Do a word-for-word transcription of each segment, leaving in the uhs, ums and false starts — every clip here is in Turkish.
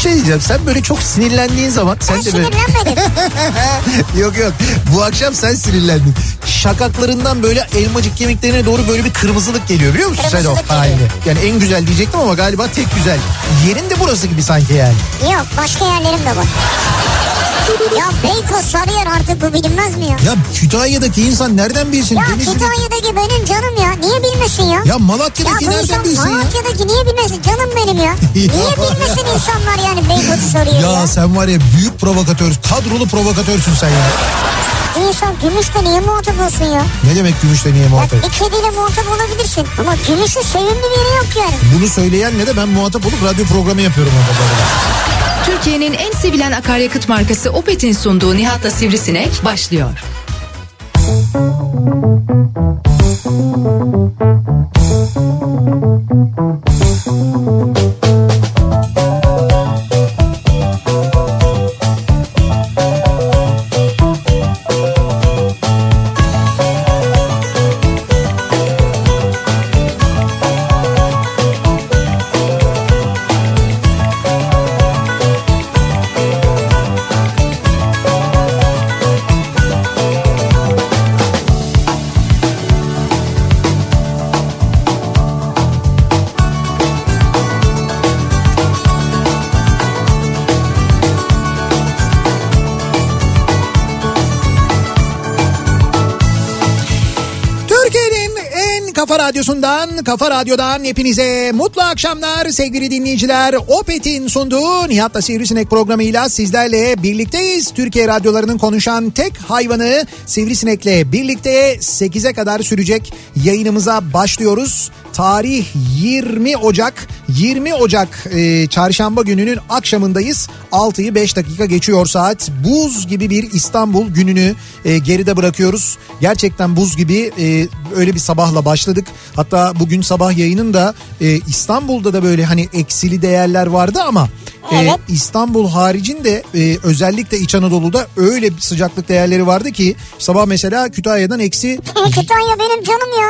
şey diyeceğim, sen böyle çok sinirlendiğin zaman sen ben de böyle... sinirlenmedim. Yok yok, bu akşam sen sinirlendin. Şakaklarından böyle elmacık kemiklerine doğru böyle bir kırmızılık geliyor, biliyor musun sen o halini? Yani en güzel diyecektim ama galiba tek güzel. Yerin de burası gibi sanki yani. Yok, başka yerlerim de var. Ya Beykoz, Sarıyer, artık bu bilinmez mi ya? Ya Kütahya'daki insan nereden bilsin? Ya Denizli... Kütahya'daki benim canım ya. Niye bilmesin ya? Ya Malatya'daki ya nereden bilsin ya? Malatya'daki niye bilmesin? Canım benim ya. Niye bilmesin insanlar yani Beykoz'u Sarıyer'i ya? Ya sen var ya, büyük provokatör, kadrolu provokatörsün sen ya. İnsan gümüşle niye muhatap olsun ya? Ne demek gümüşle niye muhatap? Ya bir kediyle muhatap olabilirsin ama gümüşün sevimli bir yeri yok yani. Bunu söyleyen ne de ben muhatap olup radyo programı yapıyorum orada. Türkiye'nin en sevilen akaryakıt markası Opet'in sunduğu Nihat'la Sivrisinek başlıyor. Kafa Radyosu'ndan, Kafa Radyo'dan hepinize mutlu akşamlar sevgili dinleyiciler. Opet'in sunduğu Nihat'la Sivrisinek programıyla sizlerle birlikteyiz. Türkiye radyolarının konuşan tek hayvanı Sivrisinek'le birlikte sekize kadar sürecek yayınımıza başlıyoruz. Tarih yirmi Ocak, yirmi Ocak e, çarşamba gününün akşamındayız. altıyı beş dakika geçiyor saat. Buz gibi bir İstanbul gününü e, geride bırakıyoruz. Gerçekten buz gibi e, öyle bir sabahla başladık. Hatta bugün sabah yayının da e, İstanbul'da da böyle hani eksili değerler vardı ama evet. e, İstanbul haricinde e, özellikle İç Anadolu'da öyle bir sıcaklık değerleri vardı ki sabah mesela Kütahya'dan eksi... Kütahya benim canım ya.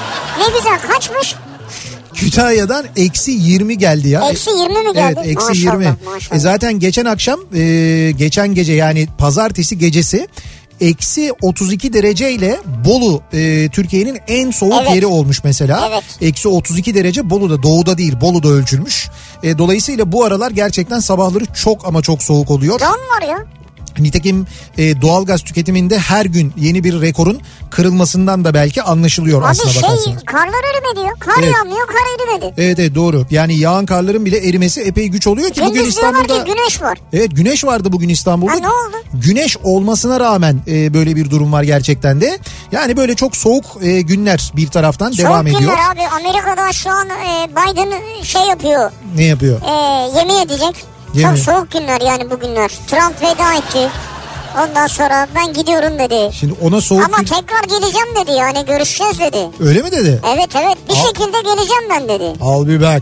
Ne güzel, kaçmış? Kütahya'dan eksi yirmi geldi ya. Eksi yirmi mi geldi? Evet, eksi maşallah, yirmi. Maşallah. E zaten geçen akşam, e, geçen gece yani pazartesi gecesi eksi otuz iki dereceyle Bolu e, Türkiye'nin en soğuk evet. yeri olmuş mesela. Evet. Eksi otuz iki derece Bolu'da, doğuda değil, Bolu'da ölçülmüş. E, dolayısıyla bu aralar gerçekten sabahları çok ama çok soğuk oluyor. Don var ya. Nitekim e, doğalgaz tüketiminde her gün yeni bir rekorun kırılmasından da belki anlaşılıyor. Abi aslına şey bakarsanız. Karlar erimedi ya. Kar evet. yağmıyor, kar erimedi. Evet evet doğru. Yani yağan karların bile erimesi epey güç oluyor ki Gündüz bugün İstanbul'da. Ki güneş var. Evet, güneş vardı bugün İstanbul'da. Ha, ne oldu? Güneş olmasına rağmen e, böyle bir durum var gerçekten de. Yani böyle çok soğuk e, günler bir taraftan soğuk devam ediyor. Soğuk günler abi. Amerika'da şu an e, Biden şey yapıyor. Ne yapıyor? E, yemin edecek. Yemin. Çok soğuk günler yani bugünler. Trump veda etti. Ondan sonra ben gidiyorum dedi. Şimdi ona soğuk Ama gün... tekrar geleceğim dedi, yani görüşeceğiz dedi. Öyle mi dedi? Evet evet, bir Al... şekilde geleceğim ben dedi. I'll be back.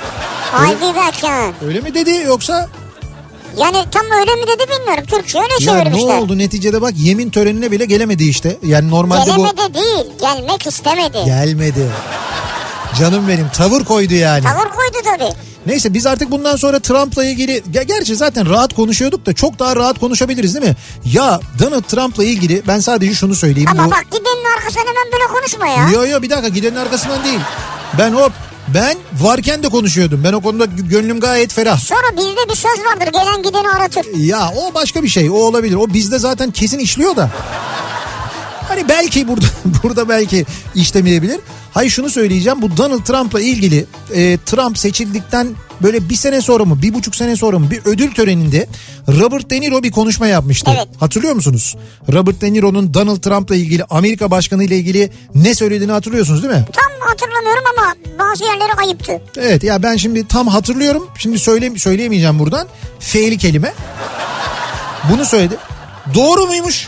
I'll be back yani. Öyle mi dedi yoksa? Yani tam öyle mi dedi bilmiyorum. Türkçe öyle çevirmişler. Ya ne oldu neticede, bak yemin törenine bile gelemedi işte. Yani normalde gelemedi bu... değil, gelmek istemedi. Gelmedi. Canım benim, tavır koydu yani. Tavır koydu tabii. Neyse biz artık bundan sonra Trump'la ilgili, gerçi zaten rahat konuşuyorduk da çok daha rahat konuşabiliriz değil mi? Ya Donald Trump'la ilgili ben sadece şunu söyleyeyim. Ama bu... bak gidenin arkasından hemen böyle konuşma ya. Yo yo bir dakika, gidenin arkasından değil. Ben hop ben varken de konuşuyordum. Ben o konuda gönlüm gayet ferah. Sonra bizde bir söz vardır, gelen gideni aratır. Ya o başka bir şey, o olabilir. O bizde zaten kesin işliyor da. Hani belki burada burada belki işlemeyebilir. Hayır şunu söyleyeceğim, bu Donald Trump'la ilgili e, Trump seçildikten böyle bir sene sonra mı bir buçuk sene sonra mı bir ödül töreninde Robert De Niro bir konuşma yapmıştı. Evet. Hatırlıyor musunuz? Robert De Niro'nun Donald Trump'la ilgili, Amerika Başkanı ile ilgili ne söylediğini hatırlıyorsunuz değil mi? Tam hatırlamıyorum ama bazı yerleri ayıptı. Evet ya ben şimdi tam hatırlıyorum. Şimdi söyle, söyleyemeyeceğim buradan. Fe'li kelime. Bunu söyledi. Doğru muymuş?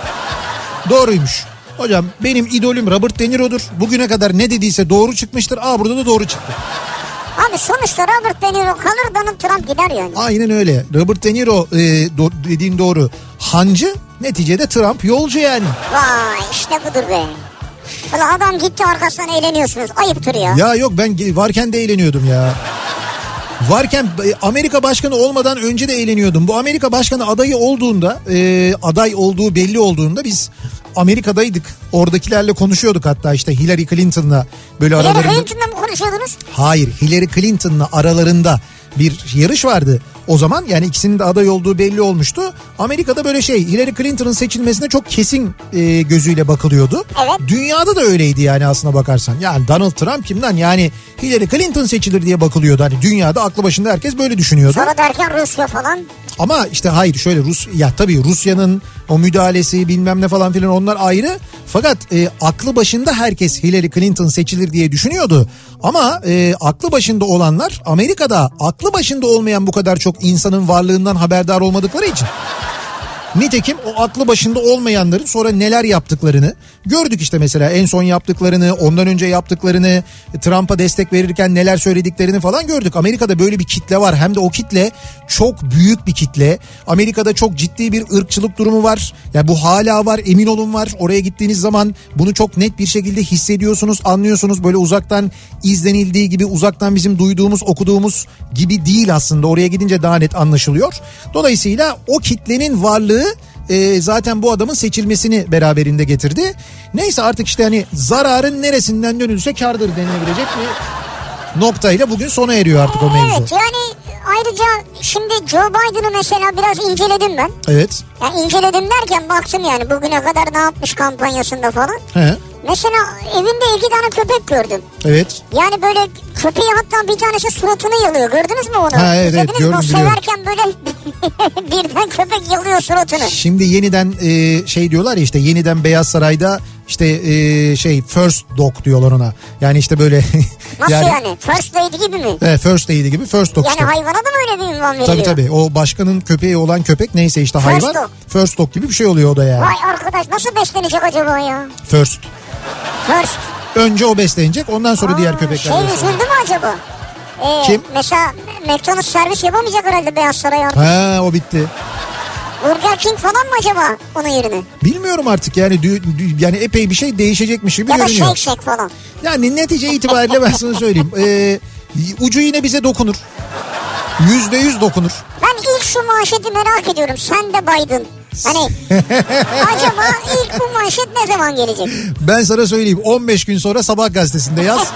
Doğruymuş. Hocam benim idolüm Robert De Niro'dur. Bugüne kadar ne dediyse doğru çıkmıştır. Aa burada da doğru çıktı. Abi sonuçta Robert De Niro kalır, Donald Trump gider yani. Aynen öyle. Robert De Niro e, do, dediğin doğru. Hancı, neticede Trump yolcu yani. Vay işte budur be. Valla adam gitti, arkasından eğleniyorsunuz. Ayıptır ya. Ya yok ben varken de eğleniyordum ya. Varken Amerika başkanı olmadan önce de eğleniyordum. Bu Amerika başkanı adayı olduğunda, e, aday olduğu belli olduğunda biz Amerika'daydık. Oradakilerle konuşuyorduk hatta işte Hillary Clinton'la böyle Hillary aralarında. Hillary Clinton'la mı konuşuyordunuz? Hayır, Hillary Clinton'la aralarında bir yarış vardı. O zaman yani ikisinin de aday olduğu belli olmuştu. Amerika'da böyle şey, Hillary Clinton'ın seçilmesine çok kesin e, gözüyle bakılıyordu. Evet. Dünyada da öyleydi yani aslına bakarsan. Yani Donald Trump kimden, yani Hillary Clinton seçilir diye bakılıyordu. Hani dünyada aklı başında herkes böyle düşünüyordu. Sonra derken Rusya falan. Ama işte hayır, şöyle Rus ya tabii Rusya'nın o müdahalesi bilmem ne falan filan, onlar ayrı. Fakat e, aklı başında herkes Hillary Clinton seçilir diye düşünüyordu. Ama e, aklı başında olanlar Amerika'da aklı başında olmayan bu kadar çok insanın varlığından haberdar olmadıkları için. Nitekim o aklı başında olmayanların sonra neler yaptıklarını gördük işte, mesela en son yaptıklarını, ondan önce yaptıklarını, Trump'a destek verirken neler söylediklerini falan gördük. Amerika'da böyle bir kitle var, hem de o kitle çok büyük bir kitle. Amerika'da çok ciddi bir ırkçılık durumu var. Yani bu hala var, emin olun var. Oraya gittiğiniz zaman bunu çok net bir şekilde hissediyorsunuz, anlıyorsunuz. Böyle uzaktan izlenildiği gibi, uzaktan bizim duyduğumuz, okuduğumuz gibi değil aslında. Oraya gidince daha net anlaşılıyor. Dolayısıyla o kitlenin varlığı E, zaten bu adamın seçilmesini beraberinde getirdi. Neyse artık işte hani zararın neresinden dönülse kârdır denilebilecek bir noktayla bugün sona eriyor artık o mevzu. Evet, yani ayrıca şimdi Joe Biden'ı mesela biraz inceledim ben. Evet. Yani inceledim derken baktım yani bugüne kadar ne yapmış kampanyasında falan. He. Mesela evinde iki tane köpek gördüm. Evet. Yani böyle köpeği, hatta bir tanesi suratını yalıyor. Gördünüz mü onu? Ha, evet, İzlediniz evet, mi? gördüm, O biliyorum. severken böyle birden köpek yalıyor suratını. Şimdi yeniden e, şey diyorlar ya, işte yeniden Beyaz Saray'da işte e, şey first dog diyorlar ona. Yani işte böyle. Nasıl yani? yani? First lady gibi mi? Evet, first lady gibi, first dog yani işte. Yani hayvana da mı öyle bir ünvan veriliyor? Tabii tabii, o başkanın köpeği olan köpek neyse işte First hayvan. dog. First dog gibi bir şey oluyor o da yani. Vay arkadaş, nasıl beslenecek acaba ya? First. First. Önce o beslenecek, ondan sonra Aa, diğer köpekler şey beslenecek. üzüldü mü acaba? Ee, Kim? Mesela McDonald's servis yapamayacak herhalde Beyaz Saray artık. Ha, o bitti. Burger King falan mı acaba onun yerine? Bilmiyorum artık yani dü- dü- yani epey bir şey değişecekmiş gibi ya görünüyor. Ya da Shake Shack falan. Yani netice itibariyle ben sana söyleyeyim. Ee, ucu yine bize dokunur. Yüzde yüz dokunur. Ben ilk şu manşeti merak ediyorum. Sen de Biden. Hani acaba ilk bu manşet ne zaman gelecek? Ben sana söyleyeyim, on beş gün sonra Sabah gazetesinde yaz.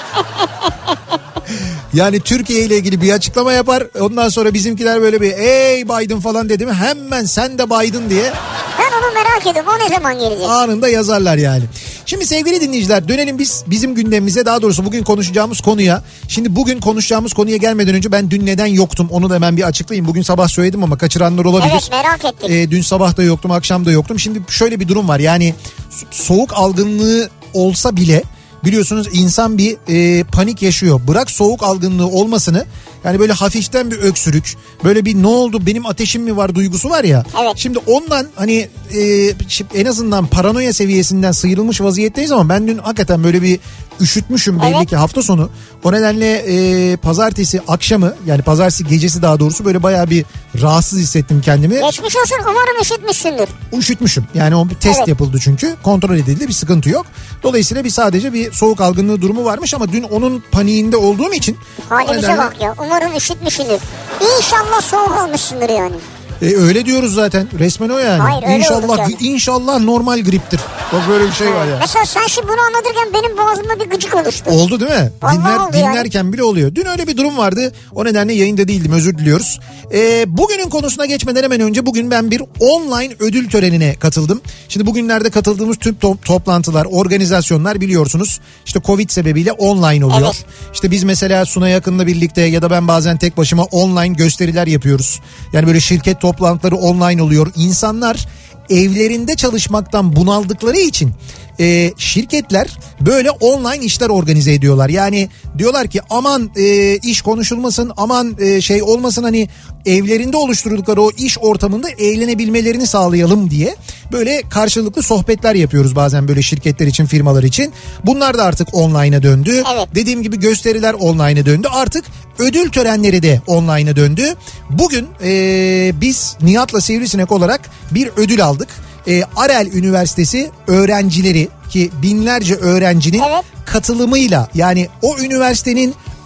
Yani Türkiye ile ilgili bir açıklama yapar. Ondan sonra bizimkiler böyle bir ey Biden falan dedi mi hemen sen de Biden diye. Ben onu merak ediyorum. O ne zaman gelecek? Anında yazarlar yani. Şimdi sevgili dinleyiciler, dönelim biz bizim gündemimize, daha doğrusu bugün konuşacağımız konuya. Şimdi bugün konuşacağımız konuya gelmeden önce ben dün neden yoktum onu da hemen bir açıklayayım. Bugün sabah söyledim ama kaçıranlar olabilir. Evet, merak ettik. Ee, dün sabah da yoktum, akşam da yoktum. Şimdi şöyle bir durum var, yani soğuk algınlığı olsa bile biliyorsunuz insan bir e, panik yaşıyor. Bırak soğuk algınlığı olmasını, yani böyle hafiften bir öksürük, böyle bir ne oldu benim ateşim mi var duygusu var ya. Evet. Şimdi ondan hani e, en azından paranoya seviyesinden sıyrılmış vaziyetteyiz ama ben dün hakikaten böyle bir üşütmüşüm belli evet. ki hafta sonu. O nedenle e, pazartesi akşamı, yani pazartesi gecesi daha doğrusu böyle bayağı bir rahatsız hissettim kendimi. Geçmiş olsun, umarım üşütmüşsündür. Üşütmüşüm. Yani o bir test evet. yapıldı çünkü. Kontrol edildi, bir sıkıntı yok. Dolayısıyla bir sadece bir soğuk algınlığı durumu varmış ama dün onun paniğinde olduğum için. Halimize nedenle... bak ya, umarım üşütmüşsündür. İnşallah soğuk almışsındır yani. E, öyle diyoruz zaten. Resmen o yani. Hayır, öyle İnşallah yani. inşallah normal griptir. Bak böyle bir şey var ya. Mesela sen şimdi bunu anlatırken benim boğazımda bir gıcık oluştu. Oldu değil mi? Vallahi Dinler, oldu dinlerken yani. bile oluyor. Dün öyle bir durum vardı. O nedenle yayında değildim. Özür diliyoruz. Ee, bugünün konusuna geçmeden hemen önce bugün ben bir online ödül törenine katıldım. Şimdi bugünlerde katıldığımız tüm to- toplantılar, organizasyonlar biliyorsunuz İşte Covid sebebiyle online oluyor. Evet. İşte biz mesela Sunay Akın'la birlikte ya da ben bazen tek başıma online gösteriler yapıyoruz. Yani böyle şirket toplantıları online oluyor. İnsanlar evlerinde çalışmaktan bunaldıkları için e, şirketler böyle online işler organize ediyorlar. Yani diyorlar ki aman e, iş konuşulmasın, aman e, şey olmasın, hani evlerinde oluşturdukları o iş ortamında eğlenebilmelerini sağlayalım diye böyle karşılıklı sohbetler yapıyoruz bazen böyle şirketler için, firmalar için. Bunlar da artık online'a döndü. Evet. Dediğim gibi gösteriler online'a döndü. Artık ödül törenleri de online'a döndü. Bugün e, biz Nihat'la Sivrisinek olarak bir ödül aldık. E, Arel Üniversitesi öğrencileri, ki binlerce öğrencinin evet. katılımıyla, yani o üniversitenin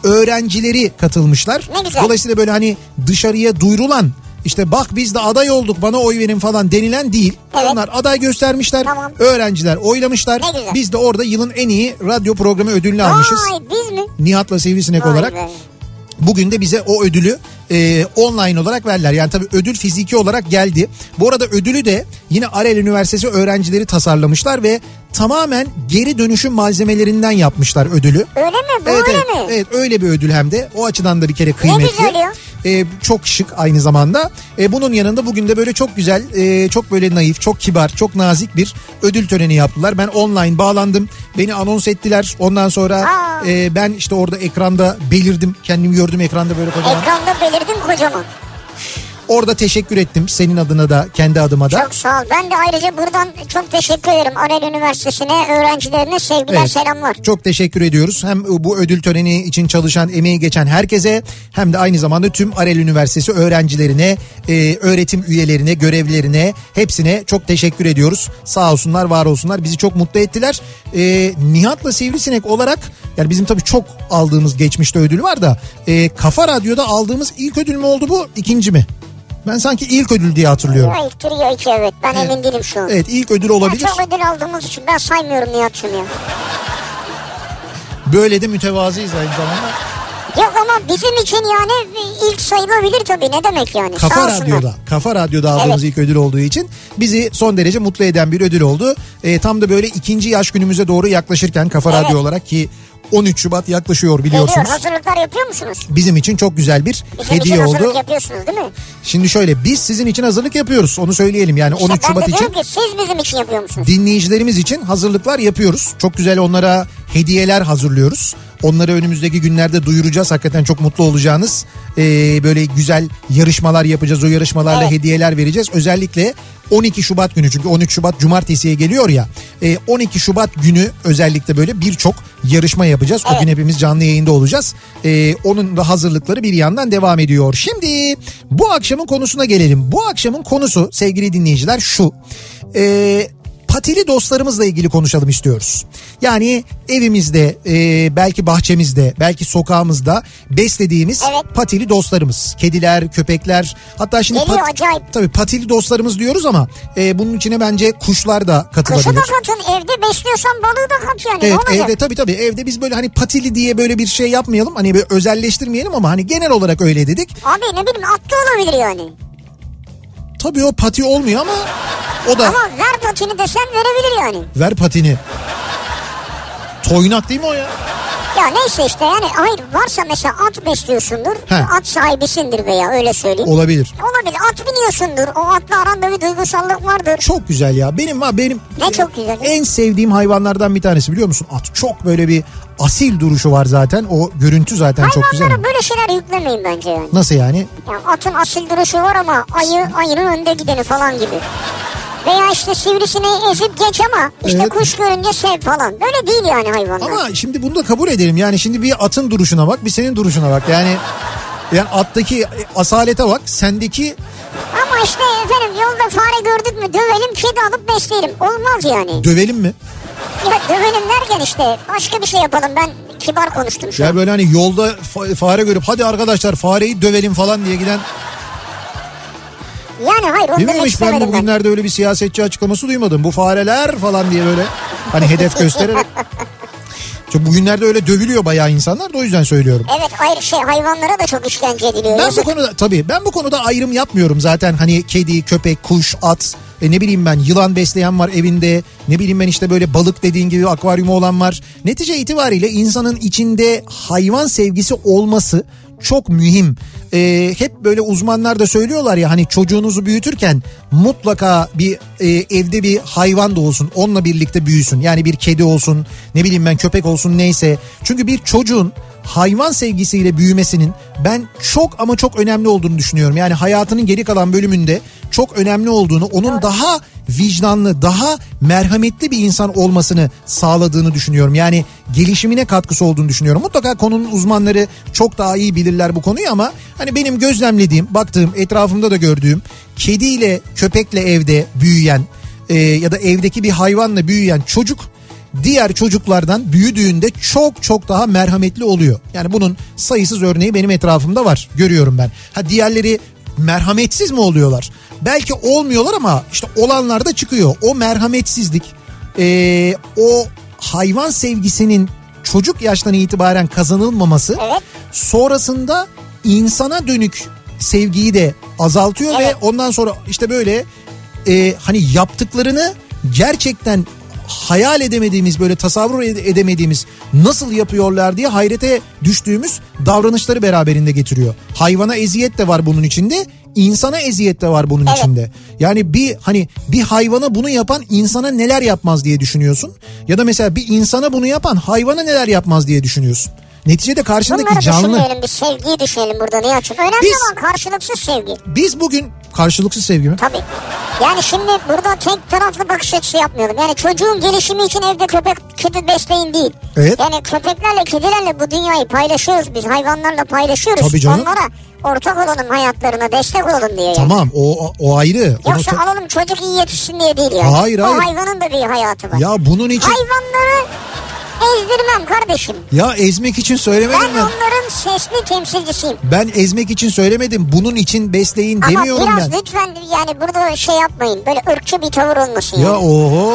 öğrencileri katılmışlar. Ne güzel. Dolayısıyla böyle hani dışarıya duyurulan, İşte bak biz de aday olduk bana oy verin falan denilen değil. Evet. Onlar aday göstermişler. Tamam. Öğrenciler oylamışlar. Biz de orada yılın en iyi radyo programı ödülünü Vay, almışız. biz mi? Nihat'la Sivrisinek Vay olarak. be. Bugün de bize o ödülü e, online olarak verdiler. Yani tabii ödül fiziki olarak geldi. Bu arada ödülü de yine Arel Üniversitesi öğrencileri tasarlamışlar ve tamamen geri dönüşüm malzemelerinden yapmışlar ödülü. Öyle mi? Bu evet, öyle evet, mi? Evet, öyle bir ödül hem de. O açıdan da bir kere kıymetli. Ne güzel ya. E, çok şık aynı zamanda. E, bunun yanında bugün de böyle çok güzel, e, çok böyle naif, çok kibar, çok nazik bir ödül töreni yaptılar. Ben online bağlandım. Beni anons ettiler. Ondan sonra e, ben işte orada ekranda belirdim. Kendimi gördüm ekranda böyle kocaman. Ekranda belirdim kocaman. Orada teşekkür ettim senin adına da kendi adıma da. Çok sağ ol. Ben de ayrıca buradan çok teşekkür ederim. Arel Üniversitesi'ne, öğrencilerine sevgiler, Evet, selamlar. Çok teşekkür ediyoruz. Hem bu ödül töreni için çalışan, emeği geçen herkese, hem de aynı zamanda tüm Arel Üniversitesi öğrencilerine, e, öğretim üyelerine, görevlilerine, hepsine çok teşekkür ediyoruz. Sağ olsunlar, var olsunlar. Bizi çok mutlu ettiler. E, Nihat'la Sivrisinek olarak, yani bizim tabii çok aldığımız geçmişte ödül var da, e, Kafa Radyo'da aldığımız ilk ödül mü oldu bu, ikinci mi? Ben sanki ilk ödül diye hatırlıyorum. Ya ilktir ya iki, evet. Ben evet. emin değilim şu an. Evet, ilk ödül olabilir. Ya çok ödül aldığımız için ben saymıyorum Nihat'cığım ya. Böyle de mütevazıyız aynı zamanda. Yok ama bizim için yani ilk sayılabilir tabii, ne demek yani. Kafa Radyo'da, Kafa Radyo'da aldığımız evet. ilk ödül olduğu için bizi son derece mutlu eden bir ödül oldu. E, tam da böyle ikinci yaş günümüze doğru yaklaşırken Kafa evet. Radyo olarak, ki on üç Şubat yaklaşıyor biliyorsunuz. Geliyor, hazırlıklar yapıyor musunuz? Bizim için çok güzel bir Bizim hediye için oldu. hazırlık yapıyorsunuz değil mi? Şimdi şöyle, biz sizin için hazırlık yapıyoruz, onu söyleyelim yani. İşte on üç Şubat için. ki siz bizim için yapıyor musunuz? Dinleyicilerimiz için hazırlıklar yapıyoruz. Çok güzel onlara hediyeler hazırlıyoruz. Onları önümüzdeki günlerde duyuracağız. Hakikaten çok mutlu olacağınız ee, böyle güzel yarışmalar yapacağız. O yarışmalarla evet. hediyeler vereceğiz. Özellikle on iki Şubat günü, çünkü on üç Şubat cumartesiye geliyor ya. E, on iki Şubat günü özellikle böyle birçok yarışma yapacağız. Evet. O gün hepimiz canlı yayında olacağız. E, onun da hazırlıkları bir yandan devam ediyor. Şimdi bu akşamın konusuna gelelim. Bu akşamın konusu sevgili dinleyiciler şu. Eee... Patili dostlarımızla ilgili konuşalım istiyoruz. Yani evimizde, e, belki bahçemizde, belki sokağımızda beslediğimiz evet. patili dostlarımız. Kediler, köpekler, hatta şimdi Geliyor, pat, acayip. Tabii patili dostlarımız diyoruz ama e, bunun içine bence kuşlar da katılabilir. Kuşu da katın, evde besliyorsan balığı da kat yani. Evet, evde tabii tabii evde biz böyle hani patili diye böyle bir şey yapmayalım. Hani böyle özelleştirmeyelim ama hani genel olarak öyle dedik. Abi ne bileyim, at da olabilir yani. Tabii o pati olmuyor ama o da... Ama ver patini desen verebilir yani. Ver patini. Toynak değil mi o ya? Ya neyse işte yani, hayır, varsa mesela at besliyorsundur. He. At sahibisindir veya öyle söyleyeyim. Olabilir. Olabilir, at biniyorsundur. O atla aranda bir duygusallık vardır. Çok güzel ya. Benim benim ne çok güzel. En sevdiğim hayvanlardan bir tanesi, biliyor musun? At. Çok böyle bir asil duruşu var zaten. O görüntü zaten hayvanlara çok güzel. Hayvanlara böyle şeyler yüklemeyin bence yani. Nasıl yani? Ya atın asil duruşu var ama ayı ayının önde gideni falan gibi. Veya işte sivrisineği ezip geç ama işte evet. kuş görünce sev falan. Böyle değil yani hayvanlar. Ama şimdi bunu da kabul edelim. Yani şimdi bir atın duruşuna bak, bir senin duruşuna bak. Yani yani attaki asalete bak, sendeki... Ama işte efendim, yolda fare gördük mü dövelim, kedi alıp besleyelim. Olmaz yani. Dövelim mi? Ya dövelim derken işte başka bir şey yapalım. Ben kibar konuştum şu ya an. Böyle hani yolda fare görüp hadi arkadaşlar fareyi dövelim falan diye giden... Yani hayır, onu demek istemedim ben. Bugünlerde ben. Öyle bir siyasetçi açıklaması duymadım. Bu fareler falan diye böyle hani hedef göstererek. Çünkü bugünlerde öyle dövülüyor bayağı insanlar da, o yüzden söylüyorum. Evet, hayır şey, hayvanlara da çok işkence ediliyor. Ben yazık. bu konuda tabii ben bu konuda ayrım yapmıyorum zaten. Hani kedi, köpek, kuş, at, e ne bileyim ben, yılan besleyen var evinde. Ne bileyim ben işte böyle balık dediğin gibi akvaryumu olan var. Netice itibariyle insanın içinde hayvan sevgisi olması çok mühim. Ee, hep böyle uzmanlar da söylüyorlar ya, hani çocuğunuzu büyütürken mutlaka bir e, evde bir hayvan da olsun, onunla birlikte büyüsün. Yani bir kedi olsun, ne bileyim ben köpek olsun, neyse. Çünkü bir çocuğun hayvan sevgisiyle büyümesinin ben çok ama çok önemli olduğunu düşünüyorum. Yani hayatının geri kalan bölümünde çok önemli olduğunu, onun daha vicdanlı, daha merhametli bir insan olmasını sağladığını düşünüyorum. Yani gelişimine katkısı olduğunu düşünüyorum. Mutlaka konunun uzmanları çok daha iyi bilirler bu konuyu ama hani benim gözlemlediğim, baktığım, etrafımda da gördüğüm, kediyle, köpekle evde büyüyen e, ya da evdeki bir hayvanla büyüyen çocuk diğer çocuklardan büyüdüğünde çok çok daha merhametli oluyor. Yani bunun sayısız örneği benim etrafımda var, görüyorum ben. Ha diğerleri merhametsiz mi oluyorlar? Belki olmuyorlar ama işte olanlar da çıkıyor. O merhametsizlik, ee, o hayvan sevgisinin çocuk yaştan itibaren kazanılmaması evet. sonrasında insana dönük sevgiyi de azaltıyor evet. ve ondan sonra işte böyle e, hani yaptıklarını gerçekten hayal edemediğimiz, böyle tasavvur edemediğimiz, nasıl yapıyorlar diye hayrete düştüğümüz davranışları beraberinde getiriyor. Hayvana eziyet de var bunun içinde, insana eziyet de var bunun evet. içinde. Yani bir hani bir hayvana bunu yapan insana neler yapmaz diye düşünüyorsun. Ya da mesela bir insana bunu yapan hayvana neler yapmaz diye düşünüyorsun. Neticede karşındaki bunları canlı. Bunları düşünmeyelim, bir sevgiyi düşünelim burada Nihat'cığım. Önemli biz, olan karşılıksız sevgi. Biz bugün karşılıksız sevgi mi? Tabii. Yani şimdi burada tek taraflı bakış açısı yapmayalım. Yani çocuğun gelişimi için evde köpek, kedi besleyin değil. Evet. Yani köpeklerle, kedilerle bu dünyayı paylaşıyoruz biz. Hayvanlarla paylaşıyoruz. Tabii canım. Onlara ortak olalım, hayatlarına destek olalım diye. Yani. Tamam, o o ayrı. Yoksa ta... alalım çocuk iyi yetişsin diye değil yani. Hayır hayır. O hayvanın da bir hayatı var. Ya bunun için... Hayvanları ezdirmem kardeşim. Ya ezmek için söylemedim ben. Ben onların sesli temsilcisiyim. Ben ezmek için söylemedim. Bunun için besleyin ama demiyorum ben. Ama biraz lütfen yani burada şey yapmayın. Böyle ırkçı bir tavır olmasın. Ya yani. oho.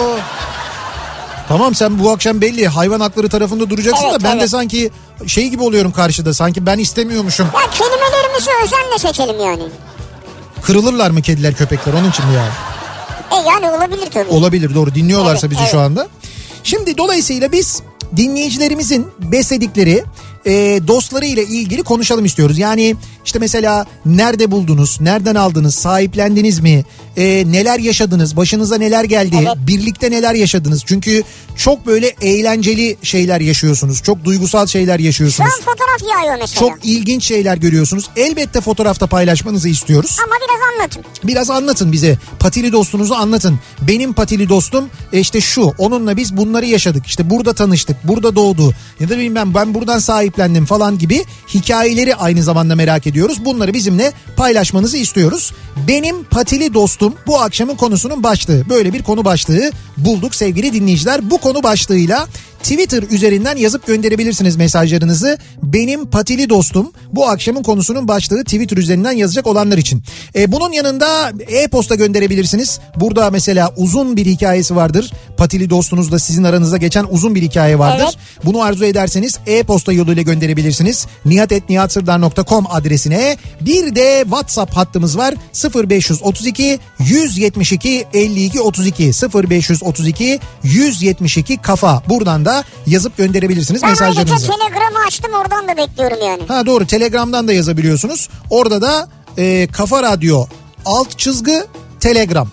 Tamam, sen bu akşam belli hayvan hakları tarafında duracaksın evet, da ben evet. de sanki şey gibi oluyorum karşıda. Sanki ben istemiyormuşum. Ya kelimelerimizi özenle seçelim yani. Kırılırlar mı kediler, köpekler, onun için mi yani? E yani olabilir tabii. Olabilir, doğru, dinliyorlarsa evet, bizi evet. şu anda. Şimdi dolayısıyla biz dinleyicilerimizin besledikleri e, dostları ile ilgili konuşalım istiyoruz. Yani işte mesela nerede buldunuz, nereden aldınız, sahiplendiniz mi, e, neler yaşadınız, başınıza neler geldi, evet. birlikte neler yaşadınız? Çünkü çok böyle eğlenceli şeyler yaşıyorsunuz, çok duygusal şeyler yaşıyorsunuz. Şu an fotoğraf yağıyor mesela. Çok ilginç şeyler görüyorsunuz. Elbette fotoğrafta paylaşmanızı istiyoruz. Ama biraz anlatın. Biraz anlatın bize. Patili dostunuzu anlatın. Benim patili dostum işte şu, onunla biz bunları yaşadık. İşte burada tanıştık, burada doğdu. Ya da bilmem ben buradan sahiplendim falan gibi hikayeleri aynı zamanda merak ediyoruz. Bunları bizimle paylaşmanızı istiyoruz. Benim patili dostum bu akşamın konusunun başlığı. Böyle bir konu başlığı bulduk sevgili dinleyiciler. Bu konu başlığıyla Twitter üzerinden yazıp gönderebilirsiniz mesajlarınızı. Benim patili dostum bu akşamın konusunun başlığı, Twitter üzerinden yazacak olanlar için. Ee, bunun yanında e-posta gönderebilirsiniz. Burada mesela uzun bir hikayesi vardır. Patili dostunuzla sizin aranızda geçen uzun bir hikaye vardır. Evet. Bunu arzu ederseniz e-posta yoluyla gönderebilirsiniz. nihat et nihat sırdar nokta com adresine. Bir de WhatsApp hattımız var. sıfır beş otuz iki yüz yetmiş iki elli iki otuz iki sıfır beş otuz iki yüz yetmiş iki kafa. Buradan da yazıp gönderebilirsiniz ben mesajlarınızı. Ben ayrıca Telegram'ı açtım, oradan da bekliyorum yani. Ha doğru, Telegram'dan da yazabiliyorsunuz. Orada da e, Kafa Radyo alt çizgi Telegram.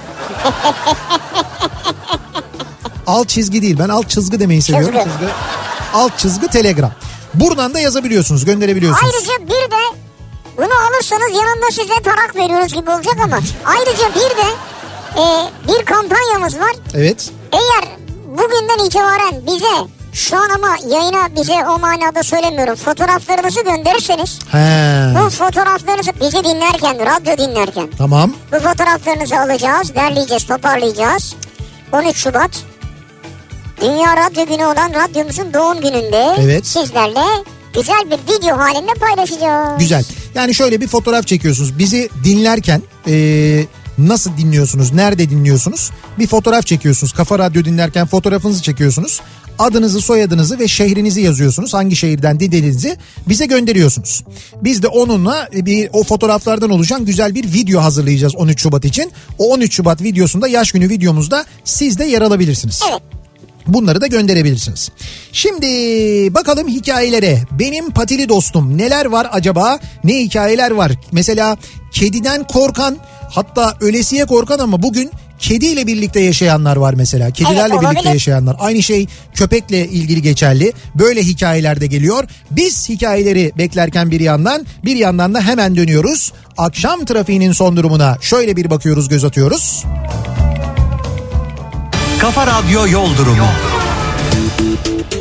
Alt çizgi değil, ben alt çizgi demeyi seviyorum. Çizgi. Çizgi. Alt çizgi Telegram. Buradan da yazabiliyorsunuz, gönderebiliyorsunuz. Ayrıca bir de bunu alırsanız yanında size tarak veriyoruz gibi olacak ama ayrıca bir de e, bir kampanyamız var. Evet. Eğer bugünden itibaren bize, şu an ama yayına bize o manada söylemiyorum, fotoğraflarınızı gönderirseniz, He. bu fotoğraflarınızı bizi dinlerken, radyo dinlerken, tamam, bu fotoğraflarınızı alacağız, derleyeceğiz, toparlayacağız. on üç Şubat Dünya Radyo Günü olan radyomuzun doğum gününde evet. sizlerle güzel bir video halinde paylaşacağız. Güzel. Yani şöyle bir fotoğraf çekiyorsunuz. Bizi dinlerken ee, nasıl dinliyorsunuz, nerede dinliyorsunuz? Bir fotoğraf çekiyorsunuz. Kafa Radyo dinlerken fotoğrafınızı çekiyorsunuz. Adınızı, soyadınızı ve şehrinizi yazıyorsunuz. Hangi şehirden dinlediğinizi bize gönderiyorsunuz. Biz de onunla bir o fotoğraflardan oluşan güzel bir video hazırlayacağız on üç Şubat için. O on üç Şubat videosunda, yaş günü videomuzda siz de yer alabilirsiniz. Evet. Bunları da gönderebilirsiniz. Şimdi bakalım hikayelere. Benim patili dostum, neler var acaba? Ne hikayeler var? Mesela kediden korkan, hatta ölesiye korkan ama bugün kediyle birlikte yaşayanlar var mesela. Kedilerle evet, birlikte yaşayanlar. Aynı şey köpekle ilgili geçerli. Böyle hikayeler de geliyor. Biz hikayeleri beklerken bir yandan, bir yandan da hemen dönüyoruz. Akşam trafiğinin son durumuna şöyle bir bakıyoruz, göz atıyoruz. Kafa Radyo Yol Durumu.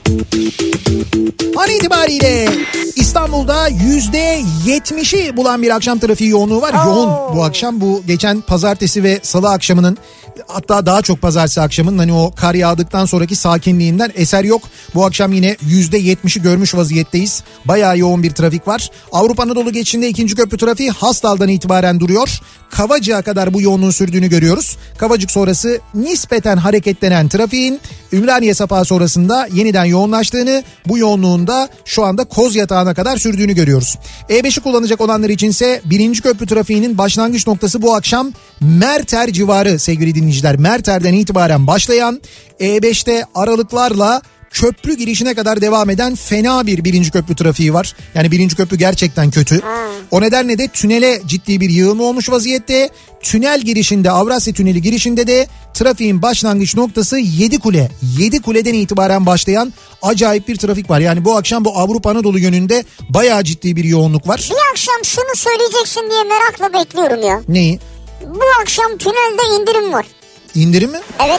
An itibariyle İstanbul'da yüzde yetmişi bulan bir akşam trafiği yoğunluğu var. Oo. Yoğun bu akşam, bu geçen pazartesi ve salı akşamının, hatta daha çok pazartesi akşamının hani o kar yağdıktan sonraki sakinliğinden eser yok. Bu akşam yine yüzde yetmişi görmüş vaziyetteyiz. Bayağı yoğun bir trafik var. Avrupa Anadolu geçişinde ikinci köprü trafiği Hastal'dan itibaren duruyor. Kavacık'a kadar bu yoğunluğun sürdüğünü görüyoruz. Kavacık sonrası nispeten hareketlenen trafiğin Ümraniye Sapağı sonrasında yeniden yoğunlaştığını, bu yoğunluğun da şu anda Kozyatağı'na kadar sürdüğünü görüyoruz. E beşi kullanacak olanlar içinse birinci köprü trafiğinin başlangıç noktası bu akşam Merter civarı sevgili dinleyiciler. Merter'den itibaren başlayan E beşte aralıklarla köprü girişine kadar devam eden fena bir birinci köprü trafiği var. Yani birinci köprü gerçekten kötü. O nedenle de tünele ciddi bir yığılma olmuş vaziyette. Tünel girişinde, Avrasya Tüneli girişinde de trafiğin başlangıç noktası Yedikule. Yedikule'den itibaren başlayan acayip bir trafik var. Yani bu akşam bu Avrupa Anadolu yönünde bayağı ciddi bir yoğunluk var. Bir akşam şunu söyleyeceksin diye merakla bekliyorum ya. Neyi? Bu akşam tünelde indirim var. İndirim mi? Evet.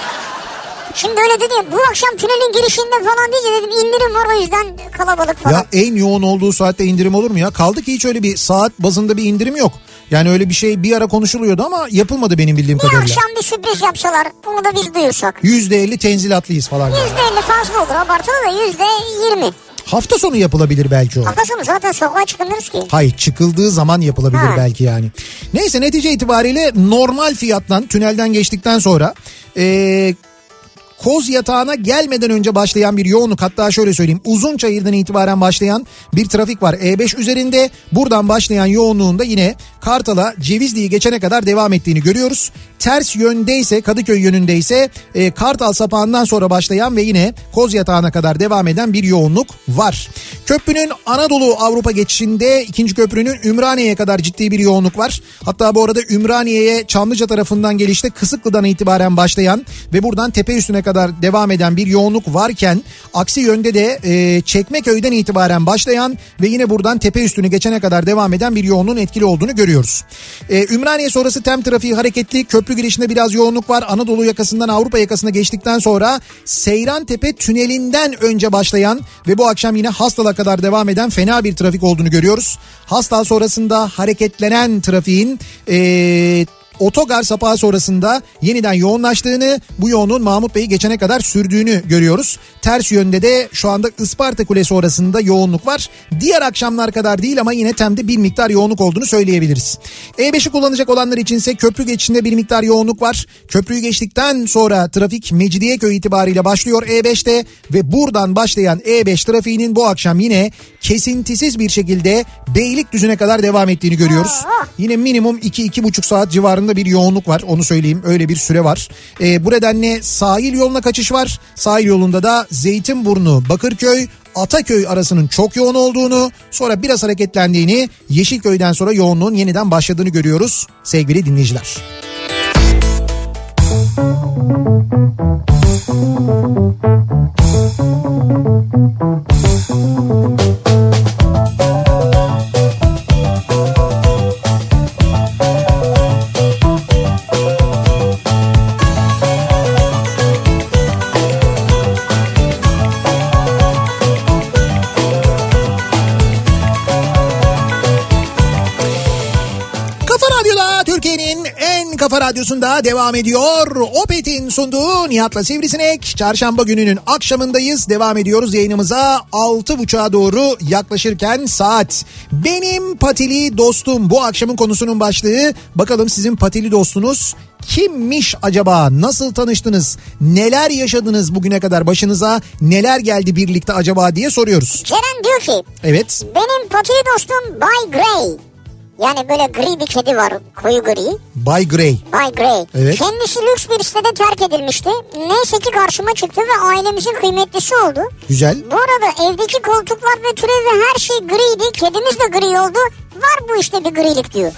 Şimdi öyle dedi ya, bu akşam tünelin girişinde falan deyince dedim indirim var, o yüzden kalabalık falan. Ya en yoğun olduğu saatte indirim olur mu ya? Kaldı ki hiç öyle bir saat bazında bir indirim yok. Yani öyle bir şey bir ara konuşuluyordu ama yapılmadı benim bildiğim bir kadarıyla. Bir akşam bir sürpriz yapsalar, bunu da biz duyursak. yüzde elli tenzilatlıyız falan. yüzde elli yani. Fazla olur, abartılı da yüzde yirmi. Hafta sonu yapılabilir belki o. Hafta sonu zaten sokağa çıkılmıyoruz ki. Hayır, çıkıldığı zaman yapılabilir ha. belki yani. Neyse, netice itibariyle normal fiyattan tünelden geçtikten sonra... Ee, Kozyatağı'na gelmeden önce başlayan bir yoğunluk, hatta şöyle söyleyeyim, Uzunçayır'dan itibaren başlayan bir trafik var E beş üzerinde. Buradan başlayan yoğunluğunda yine Kartal'a, Cevizli'yi geçene kadar devam ettiğini görüyoruz. Ters yöndeyse, Kadıköy yönündeyse e, Kartal sapağından sonra başlayan ve yine Kozyatağı'na kadar devam eden bir yoğunluk var. Köprünün Anadolu Avrupa geçişinde ikinci köprünün Ümraniye'ye kadar ciddi bir yoğunluk var. Hatta bu arada Ümraniye'ye Çamlıca tarafından gelişte Kısıklı'dan itibaren başlayan ve buradan Tepeüstü'ne kadar devam eden bir yoğunluk varken, aksi yönde de e, Çekmeköy'den itibaren başlayan ve yine buradan Tepeüstü'nü geçene kadar devam eden bir yoğunluğun etkili olduğunu görüyoruz. E, Ümraniye sonrası tem trafiği hareketli. Köprü girişinde biraz yoğunluk var. Anadolu yakasından Avrupa yakasına geçtikten sonra Seyrantepe tünelinden önce başlayan ve bu akşam yine Hastal'a kadar devam eden fena bir trafik olduğunu görüyoruz. Hastal sonrasında hareketlenen trafiğin e, Otogar sapağı sonrasında yeniden yoğunlaştığını, bu yoğunluğun Mahmut Bey'i geçene kadar sürdüğünü görüyoruz. Ters yönde de şu anda Isparta Kule sonrasında yoğunluk var. Diğer akşamlar kadar değil ama yine temde bir miktar yoğunluk olduğunu söyleyebiliriz. E beşi kullanacak olanlar içinse köprü geçişinde bir miktar yoğunluk var. Köprüyü geçtikten sonra trafik Mecidiyeköy itibariyle başlıyor E beşte ve buradan başlayan E beş trafiğinin bu akşam yine kesintisiz bir şekilde Beylikdüzü'ne kadar devam ettiğini görüyoruz. Yine minimum iki iki buçuk saat civarında bir yoğunluk var, onu söyleyeyim, öyle bir süre var. E, bu nedenle sahil yoluna kaçış var. Sahil yolunda da Zeytinburnu, Bakırköy, Ataköy arasının çok yoğun olduğunu, sonra biraz hareketlendiğini, Yeşilköy'den sonra yoğunluğun yeniden başladığını görüyoruz sevgili dinleyiciler. Kafa Radyosu'nda devam ediyor. Opet'in sunduğu Nihat'la Sivrisinek. Çarşamba gününün akşamındayız. Devam ediyoruz yayınımıza. Altı buçuğa doğru yaklaşırken saat. Benim patili dostum, bu akşamın konusunun başlığı. Bakalım sizin patili dostunuz kimmiş acaba? Nasıl tanıştınız? Neler yaşadınız bugüne kadar? Başınıza neler geldi birlikte acaba diye soruyoruz. Ceren diyor ki. Evet. Benim patili dostum Bay Grey. Yani böyle gri bir kedi var, koyu gri. Bay Grey. Bay Grey. Evet. Kendisi lüks bir sitede terk edilmişti. Neyse ki karşıma çıktı ve ailemizin kıymetlisi oldu. Güzel. Bu arada evdeki koltuklar ve türevi ve her şey griydi. Kedimiz de gri oldu. Var bu işte bir grilik diyor.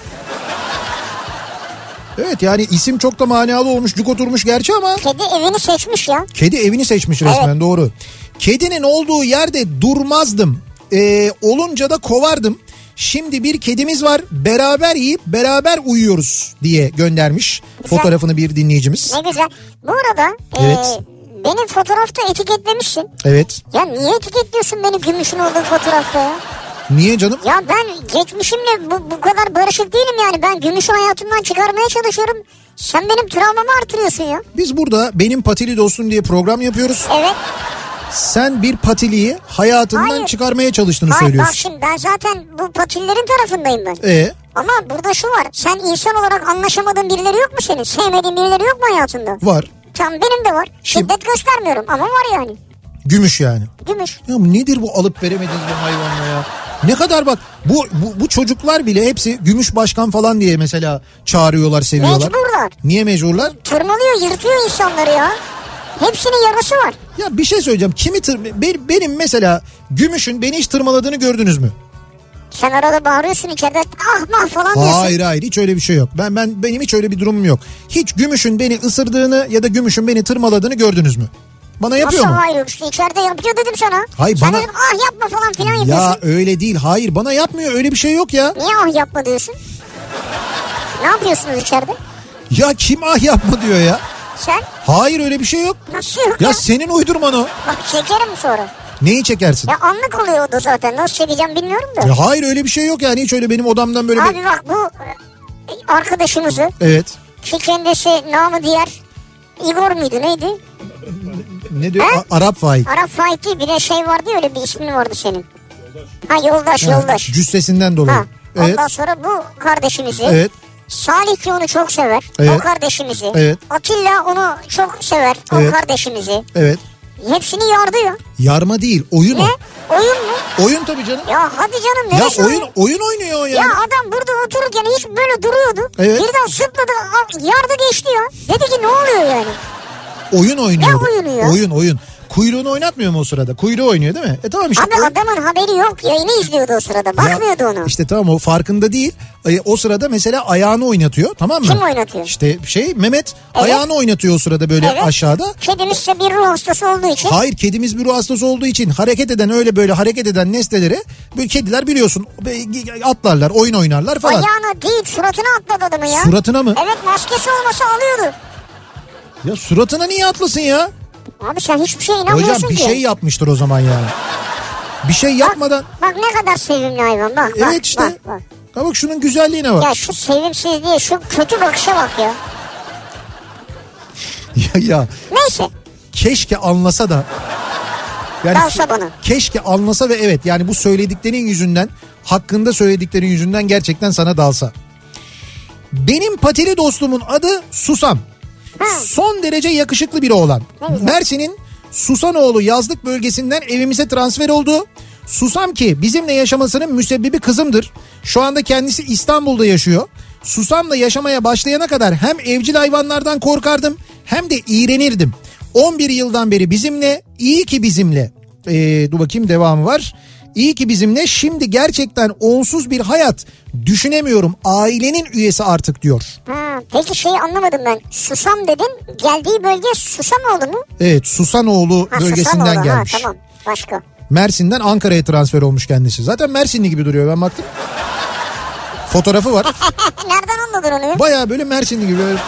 Evet, yani isim çok da manalı olmuş, cuk oturmuş gerçi ama. Kedi evini seçmiş ya. Kedi evini seçmiş resmen, evet. Doğru. Kedinin olduğu yerde durmazdım. Ee, olunca da kovardım. Şimdi bir kedimiz var, beraber yiyip beraber uyuyoruz diye göndermiş güzel. Fotoğrafını bir dinleyicimiz. Ne güzel. Bu arada evet. e, beni fotoğrafta etiketlemişsin. Evet. Ya niye etiketliyorsun beni gümüşün olduğu fotoğrafta ya? Niye canım? Ya ben geçmişimle bu, bu kadar barışık değilim yani. Ben gümüşü hayatımdan çıkarmaya çalışıyorum. Sen benim travmamı artırıyorsun ya. Biz burada Benim Patili Dostum diye program yapıyoruz. Evet. Sen bir patiliyi hayatından Hayır. çıkarmaya çalıştığını Hayır, söylüyorsun. Bak şimdi ben zaten bu patillerin tarafındayım ben. Ee? Ama burada şu var. Sen insan olarak anlaşamadığın birileri yok mu senin? Sevmediğin birileri yok mu hayatında? Var. Tamam, benim de var. Şimdi... Şiddet göstermiyorum ama var yani. Gümüş yani. Gümüş. Ya nedir bu alıp veremediğiniz bu hayvanla ya? Ne kadar bak bu, bu bu çocuklar bile hepsi Gümüş Başkan falan diye mesela çağırıyorlar, seviyorlar. Mecburlar. Niye mecburlar? Tırmalıyor, yırtıyor insanları ya. Hepsinin yarası var. Ya bir şey söyleyeceğim. Kimi tır... Benim mesela Gümüş'ün beni hiç tırmaladığını gördünüz mü? Sen arada bağırıyorsun içeride ah mah falan diyorsun. Hayır hayır hiç öyle bir şey yok. Ben ben benim hiç öyle bir durumum yok. Hiç Gümüş'ün beni ısırdığını ya da Gümüş'ün beni tırmaladığını gördünüz mü? Bana yapıyor Nasıl mu? hayır işte içeride yapıyor dedim sana. Hayır Sen bana... dedim ah yapma falan filan yapıyorsun. Ya öyle değil, hayır bana yapmıyor, öyle bir şey yok ya. Niye ah yapma diyorsun? Ne yapıyorsunuz içeride? Ya kim ah yapma diyor ya? Sen? Hayır öyle bir şey yok. Nasıl yok ya? Ya senin uydurman o. Bak çekerim sonra. Neyi çekersin? Ya anlık oluyor o da zaten. Nasıl çekeceğim bilmiyorum da. Ya hayır öyle bir şey yok yani. Hiç öyle benim odamdan böyle Abi bir... bak bu arkadaşımızı. Evet. Ki kendisi namı diğer Igor muydu neydi? Ne diyor? A- Arap Faik. Arap Faik değil, bir de şey vardı, öyle bir ismin vardı senin. Ha yoldaş ha, yoldaş. Cüssesinden dolayı. Ha, evet. Ondan sonra bu kardeşimizi. Evet. Salih ki onu çok sever. Evet. O kardeşimizi. Evet. Atilla onu çok sever. Evet. O kardeşimizi. Evet. Hepsini yardı ya. Yarma değil, oyun ne? o. Oyun mu? Oyun tabii canım. Ya hadi canım. Ya oyun, oyun oyun oynuyor yani. Ya adam burada otururken hiç böyle duruyordu. Evet. Birden zıpladı, yardı geçti ya. Dedi ki ne oluyor yani? Oyun oynuyor. Ne oyunu ya? Oyun oyun. Kuyruğunu oynatmıyor mu o sırada? Kuyruğu oynuyor değil mi? E tamam işte. Abi o... adamın haberi yok. Yayını izliyordu o sırada. Bakmıyordu ya, ona. İşte tamam, o farkında değil. E, o sırada mesela ayağını oynatıyor, tamam mı? Kim oynatıyor? İşte şey Mehmet evet. Ayağını oynatıyor o sırada böyle evet. aşağıda. Kedimiz ise bir ruh hastası olduğu için. Hayır, kedimiz bir ruh hastası olduğu için hareket eden öyle böyle hareket eden nesnelere böyle kediler biliyorsun atlarlar, oyun oynarlar falan. Ayağına değil, suratına atladı adamı ya. Suratına mı? Evet, maskesi olmasa alıyordu. Ya suratına niye atlasın ya? Abi sen hiçbir şeye inanmıyorsun Hocam bir ki. şey yapmıştır o zaman yani. Bir şey yapmadan. Bak, bak ne kadar sevimli hayvan, bak. Evet bak, işte. Bak, bak. Ya bak şunun güzelliğine bak. Ya şu sevimsizliğe, şu kötü bakışa bak ya. ya ya. Neyse. Keşke anlasa da. Yani dalsa bana. Keşke anlasa ve evet yani bu söylediklerin yüzünden, hakkında söylediklerin yüzünden gerçekten sana dalsa. Benim patili dostumun adı Susam. Ha. Son derece yakışıklı biri olan. Mersin'in Susanoğlu yazlık bölgesinden evimize transfer oldu. Susam ki bizimle yaşamasının müsebbibi kızımdır. Şu anda kendisi İstanbul'da yaşıyor. Susam'la yaşamaya başlayana kadar hem evcil hayvanlardan korkardım hem de iğrenirdim. on bir yıldan beri bizimle, iyi ki bizimle. Ee, dur bakayım devamı var. İyi ki bizimle, şimdi gerçekten onsuz bir hayat düşünemiyorum. Ailenin üyesi artık diyor. Ha, peki şeyi anlamadım ben. Susam dedin, geldiği bölge Susanoğlu mu? Evet, Susanoğlu ha, bölgesinden Susanoğlu, gelmiş. Ha, tamam, başka. Mersin'den Ankara'ya transfer olmuş kendisi. Zaten Mersinli gibi duruyor, ben baktım. Fotoğrafı var. Nereden anladın onu ya? Baya böyle Mersinli gibi. Böyle...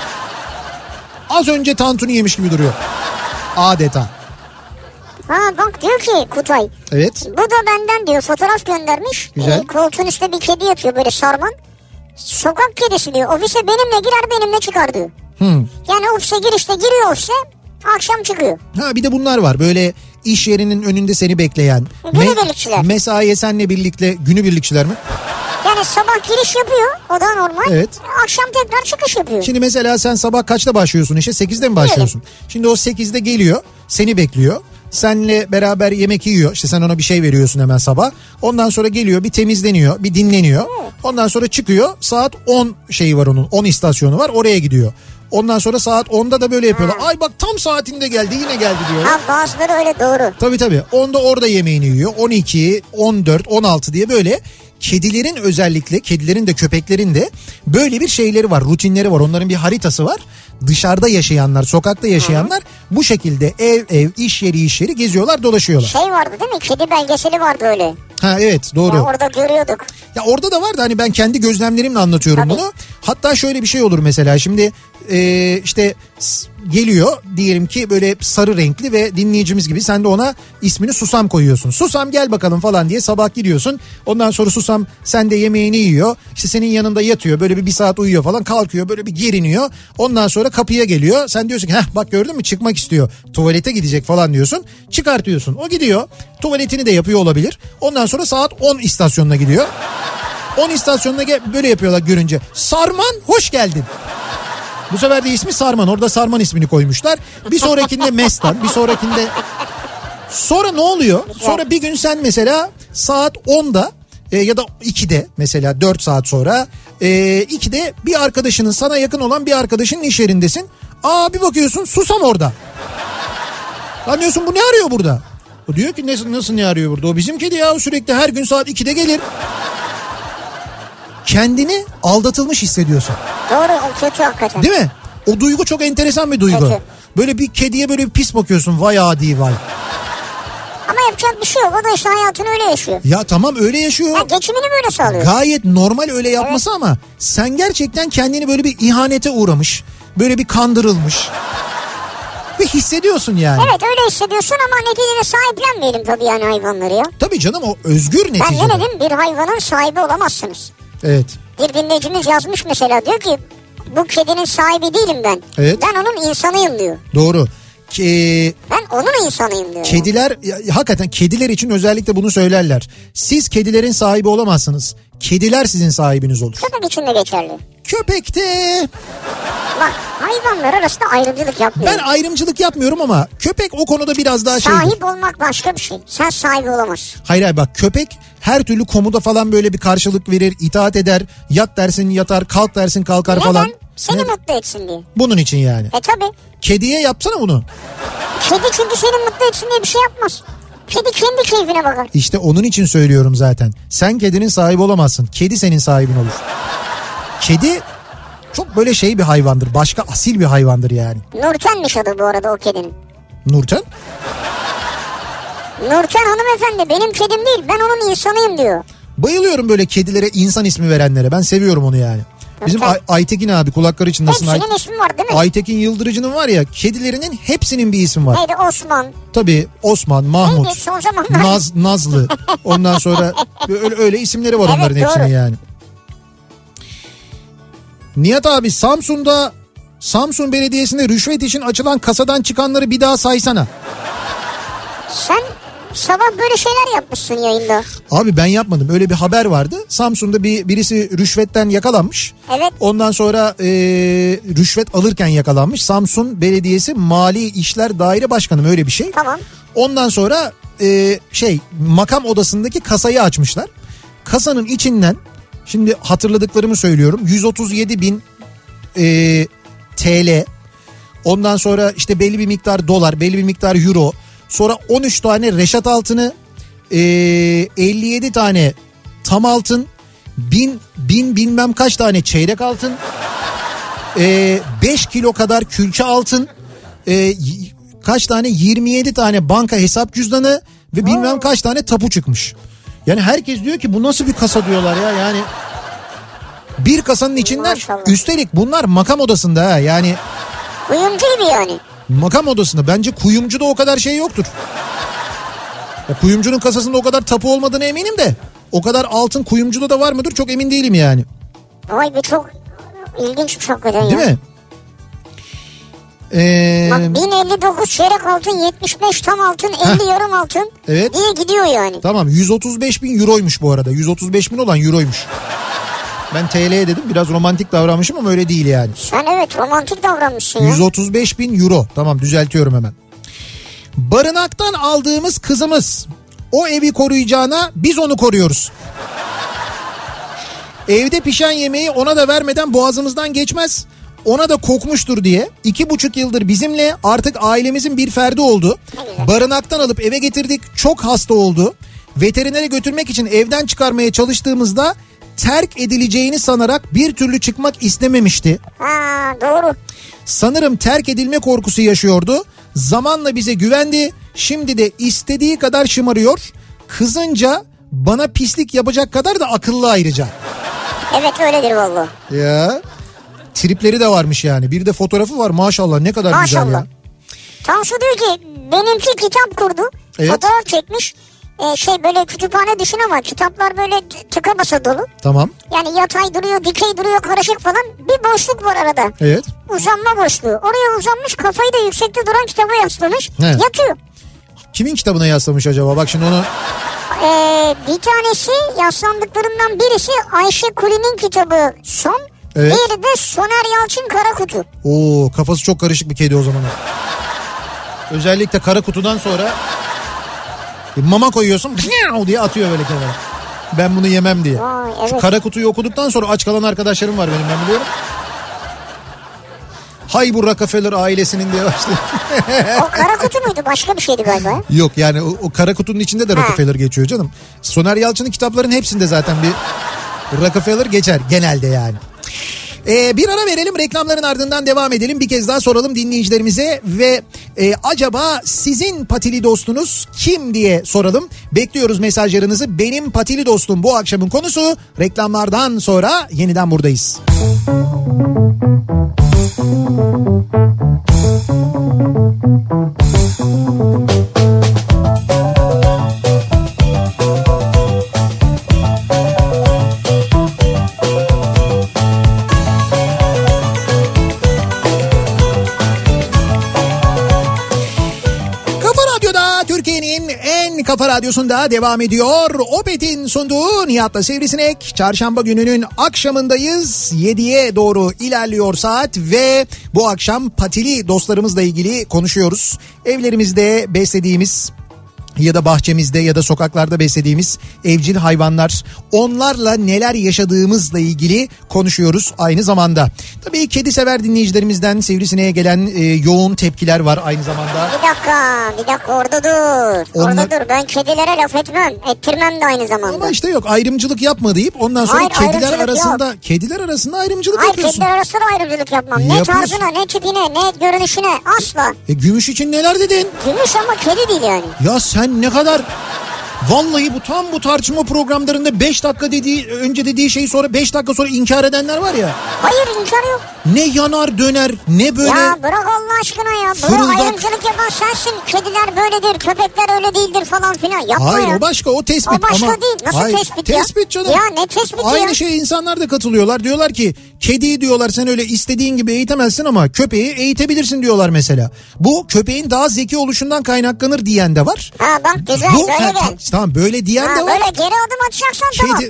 Az önce tantuni yemiş gibi duruyor. Adeta. Ha bak diyor ki Kutay. Evet. Bu da benden diyor, fotoğraf göndermiş. Güzel. E, koltuğun üstte bir kedi yatıyor böyle sarman. Sokak kedisi diyor. Ofise benimle girer benimle çıkar diyor. Hmm. Yani ofise girişte giriyor ofise, akşam çıkıyor. Ha bir de bunlar var böyle iş yerinin önünde seni bekleyen. Günübirlikçiler. Me- mesaiye seninle birlikte günübirlikçiler mi? Yani sabah giriş yapıyor, o da normal. Evet. Akşam tekrar çıkış yapıyor. Şimdi mesela sen sabah kaçta başlıyorsun işe? sekizde mi başlıyorsun? Evet. Şimdi o sekizde geliyor, seni bekliyor. Seninle beraber yemek yiyor. İşte sen ona bir şey veriyorsun hemen sabah. Ondan sonra geliyor, bir temizleniyor, bir dinleniyor. Ondan sonra çıkıyor. Saat on şeyi var onun. on istasyonu var. Oraya gidiyor. Ondan sonra saat onda da böyle yapıyorlar. Ha. Ay bak tam saatinde geldi, yine geldi diyorlar. Ha bazıları öyle, doğru. Tabii tabii. onda orada yemeğini yiyor. on iki, on dört, on altı diye böyle. Kedilerin, özellikle kedilerin de köpeklerin de böyle bir şeyleri var, rutinleri var. Onların bir haritası var. Dışarıda yaşayanlar, sokakta yaşayanlar Hı. bu şekilde ev ev, iş yeri iş yeri geziyorlar, dolaşıyorlar. Şey vardı değil mi? Kedi belgeseli vardı öyle. Ha evet, doğru. Ya orada görüyorduk. Ya orada da vardı, hani ben kendi gözlemlerimle anlatıyorum Tabii. bunu. Hatta şöyle bir şey olur mesela, şimdi e, işte geliyor diyelim ki böyle sarı renkli ve dinleyicimiz gibi sen de ona ismini Susam koyuyorsun. Susam gel bakalım falan diye sabah gidiyorsun. Ondan sonra Susam sen de yemeğini yiyor. İşte senin yanında yatıyor böyle bir, bir saat uyuyor falan, kalkıyor böyle bir geriniyor. Ondan sonra kapıya geliyor. Sen diyorsun ki heh bak gördün mü çıkmak istiyor. Tuvalete gidecek falan diyorsun. Çıkartıyorsun. O gidiyor. Tuvaletini de yapıyor olabilir. Ondan sonra saat on istasyonuna gidiyor. on istasyonuna böyle yapıyorlar görünce. Sarman hoş geldin. Bu sefer de ismi Sarman. Orada Sarman ismini koymuşlar. Bir sonrakinde Mestan. Bir sonrakinde... Sonra ne oluyor? Sonra bir gün sen mesela saat onda e, ya da ikide mesela dört saat sonra e, ikide bir arkadaşının, sana yakın olan bir arkadaşının iş yerindesin. Aa bir bakıyorsun Susam orada. Lan diyorsun bu ne arıyor burada? O diyor ki nasıl, nasıl ne arıyor burada? O bizim kedi ya, sürekli her gün saat ikide gelir. Kendini aldatılmış hissediyorsun. Doğru, o kötü hakikaten. Değil mi? O duygu çok enteresan bir duygu. Kötü. Böyle bir kediye böyle bir pis bakıyorsun, vay adi vay. Ama yapacak bir şey yok, o da işte hayatını öyle yaşıyor. Ya tamam öyle yaşıyor. Ya geçimini böyle sağlıyor. Gayet normal öyle yapması evet. Ama sen gerçekten kendini böyle bir ihanete uğramış, böyle bir kandırılmış. Ve hissediyorsun yani. Evet öyle hissediyorsun ama neticede sahiplenmeyelim tabii yani hayvanları ya. Tabii canım, o özgür neticede. Ben ne dedim, bir hayvanın sahibi olamazsınız. Evet. Bir dinleyicimiz yazmış mesela, diyor ki bu kedinin sahibi değilim ben. Evet. Ben onun insanıyım diyor. Doğru. Ke... Ben onun insanıyım diyor. Kediler ya, hakikaten kediler için özellikle bunu söylerler. Siz kedilerin sahibi olamazsınız. Kediler sizin sahibiniz olur. Köpek için de geçerli. Köpekte... Bak hayvanlar arasında ayrımcılık yapmıyorum. Ben ayrımcılık yapmıyorum ama köpek o konuda biraz daha şey. Sahip şeydir. olmak başka bir şey. Sen sahibi olamazsın. Hayır hayır bak, köpek her türlü komuda falan böyle bir karşılık verir, itaat eder. Yat dersin yatar, kalk dersin kalkar neden? falan. Seni Neden? mutlu etsin diye. Bunun için yani. E tabi. Kediye yapsana bunu. Kedi çünkü seni mutlu etsin diye bir şey yapmaz. Kedi kendi keyfine bakar. İşte onun için söylüyorum zaten. Sen kedinin sahibi olamazsın. Kedi senin sahibin olur. Kedi çok böyle şey bir hayvandır. Başka asil bir hayvandır yani. Nurten'miş adı bu arada o kedinin. Nurten? Nurten hanımefendi benim kedim değil, ben onun insanıyım diyor. Bayılıyorum böyle kedilere insan ismi verenlere. Ben seviyorum onu yani. Bizim Ay- Aytekin abi, kulakları çınlasın. Hepsinin Ay- ismi var değil mi? Aytekin Yıldırıcı'nın var ya, kedilerinin hepsinin bir ismi var. Neydi? Osman. Tabii Osman, Mahmut, Neydi son zamanlar? Naz, Nazlı. Ondan sonra öyle, öyle isimleri var, evet, onların hepsinin doğru. Yani. Nihat abi, Samsun'da Samsun Belediyesi'nde rüşvet için açılan kasadan çıkanları bir daha saysana. Sen sabah böyle şeyler yapmışsın yayında. Abi ben yapmadım. Öyle bir haber vardı. Samsun'da bir birisi rüşvetten yakalanmış. Evet. Ondan sonra e, rüşvet alırken yakalanmış. Samsun Belediyesi Mali İşler Daire Başkanı mı, öyle bir şey. Tamam. Ondan sonra e, şey makam odasındaki kasayı açmışlar. Kasanın içinden, şimdi hatırladıklarımı söylüyorum, yüz otuz yedi bin e, T L, ondan sonra işte belli bir miktar dolar, belli bir miktar euro, sonra on üç tane reşat altını, e, elli yedi tane tam altın, bin, bin bilmem kaç tane çeyrek altın, e, beş kilo kadar külçe altın, e, kaç tane, yirmi yedi tane banka hesap cüzdanı ve bilmem kaç tane tapu çıkmış. Yani herkes diyor ki bu nasıl bir kasa diyorlar ya yani. Bir kasanın içinden maşallah. Üstelik bunlar makam odasında ha yani. Kuyumcu gibi yani. Makam odasında, bence kuyumcuda o kadar şey yoktur. Ya kuyumcunun kasasında o kadar tapu olmadığına eminim de o kadar altın kuyumcuda da var mıdır çok emin değilim yani. Vay be, çok ilginç bir şey hakikaten ya. Değil mi? Ee... Bak bin elli dokuz çeyrek altın, yetmiş beş tam altın, elli Heh. yarım altın evet. diye gidiyor yani. Tamam, yüz otuz beş bin euroymuş bu arada. yüz otuz beş bin olan euroymuş. Ben T L'ye dedim, biraz romantik davranmışım ama öyle değil yani. Sen evet romantik davranmışsın ya. yüz otuz beş bin euro. Tamam, düzeltiyorum hemen. Barınaktan aldığımız kızımız, o evi koruyacağına biz onu koruyoruz. Evde pişen yemeği ona da vermeden boğazımızdan geçmez. Ona da kokmuştur diye iki buçuk yıldır bizimle, artık ailemizin bir ferdi oldu. Barınaktan alıp eve getirdik, çok hasta oldu. Veterinere götürmek için evden çıkarmaya çalıştığımızda terk edileceğini sanarak bir türlü çıkmak istememişti. Ha, doğru. Sanırım terk edilme korkusu yaşıyordu. Zamanla bize güvendi. Şimdi de istediği kadar şımarıyor. Kızınca bana pislik yapacak kadar da akıllı ayrıca. Evet öyledir vallahi. Ya. tripleri de varmış yani. Bir de fotoğrafı var maşallah, ne kadar maşallah. güzel ya. Tansu diyor ki benimki kitap kurdu. Evet. Fotoğraf çekmiş. Ee, şey böyle kütüphane düşün ama kitaplar böyle tıka basa dolu. Tamam. Yani yatay duruyor, dikey duruyor, karışık falan. Bir boşluk var arada. Evet. Uzanma boşluğu. Oraya uzanmış, kafayı da yüksekte duran kitaba yaslamış. He. Yatıyor. Kimin kitabına yaslamış acaba? Bak şimdi onu... Ee, bir tanesi, yaslandıklarından birisi Ayşe Kuli'nin kitabı Son. Evet. Diğeri de Soner Yalçın Kara Kutu. Oo, kafası çok karışık bir kedi o zaman. Özellikle Kara Kutu'dan sonra mama koyuyorsun diye atıyor böyle kenara. Ben bunu yemem diye. Vay, evet. Şu Kara Kutu'yu okuduktan sonra aç kalan arkadaşlarım var benim, ben biliyorum. Hay bu Rockefeller ailesinin diye başladı. O Kara Kutu muydu? Başka bir şeydi galiba. Yok yani o, o Kara Kutu'nun içinde de ha. Rockefeller geçiyor canım. Soner Yalçın'ın kitapların hepsinde zaten bir Rockefeller geçer genelde yani. Ee, bir ara verelim, reklamların ardından devam edelim. Bir kez daha soralım dinleyicilerimize ve e, acaba sizin patili dostunuz kim diye soralım. Bekliyoruz mesajlarınızı. Benim patili dostum bu akşamın konusu. Reklamlardan sonra yeniden buradayız. Kafa Radyosu'nda devam ediyor. Opet'in sunduğu Nihat'la Sivrisinek. Çarşamba gününün akşamındayız. yediye doğru ilerliyor saat ve bu akşam patili dostlarımızla ilgili konuşuyoruz. Evlerimizde beslediğimiz ya da bahçemizde ya da sokaklarda beslediğimiz evcil hayvanlar, onlarla neler yaşadığımızla ilgili konuşuyoruz aynı zamanda. Tabii kedi sever dinleyicilerimizden Sivrisineğe gelen e, yoğun tepkiler var aynı zamanda. Bir dakika, bir dakika orada dur. Onlar... Orada dur, ben kedilere laf etmem, ettirmem de aynı zamanda. Ama işte yok, ayrımcılık yapma deyip ondan sonra Hayır, kediler arasında yok. Kediler arasında ayrımcılık Hayır, yapıyorsun. Hayır, kediler arasında ayrımcılık yapmam. Ne yapıyorsun? Tarzına, ne tipine, ne görünüşüne, asla. E gümüş için neler dedin? Gümüş ama kedi değil yani. Ya sen ne kadar, vallahi bu tam bu tartışma programlarında beş dakika dediği önce dediği şeyi sonra beş dakika sonra inkar edenler var ya. Hayır, inkar yok. Ne yanar döner, ne böyle. Ya bırak Allah aşkına ya. Böyle ayrımcılık yapan sensin. Kediler böyledir, köpekler öyle değildir falan filan. Yapma hayır, ya. o başka, o tespit. O başka ama, değil. Nasıl hayır, tespit ya? Tespit canım. Ya ne tespiti Aynı ya? Aynı şeye insanlar da katılıyorlar. Diyorlar ki kediyi diyorlar sen öyle istediğin gibi eğitemezsin ama köpeği eğitebilirsin diyorlar mesela. Bu köpeğin daha zeki oluşundan kaynaklanır diyen de var. Ha bak güzel, Bu, böyle ha, gel. Tamam, böyle diyen ha, de var. Böyle geri adım atacaksan Kedi... tamam.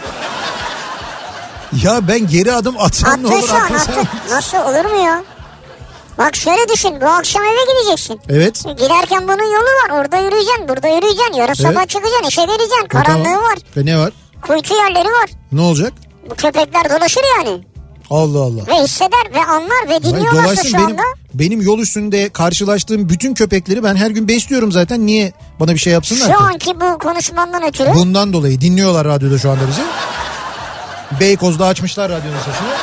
Ya ben geri adım atsam Attın ne olur? Attın şu an attın. Nasıl olur mu ya? Bak şöyle düşün, bu akşam eve gideceksin. Evet. Giderken bunun yolu var, orada yürüyeceksin, burada yürüyeceksin. Yarın evet. sabah çıkacaksın, işe vereceksin, karanlığı tamam. var. Ve ne var? Kuytu yerleri var. Ne olacak? Bu köpekler dolaşır yani. Allah Allah. Ve hisseder ve anlar ve dinliyorlarsa şu benim, anda. Benim yol üstünde karşılaştığım bütün köpekleri ben her gün besliyorum zaten. Niye bana bir şey yapsınlar Şu ki? anki bu konuşmandan ötürü. Bundan dolayı dinliyorlar radyoda şu anda bizi. Beykoz'da açmışlar radyonun sesini.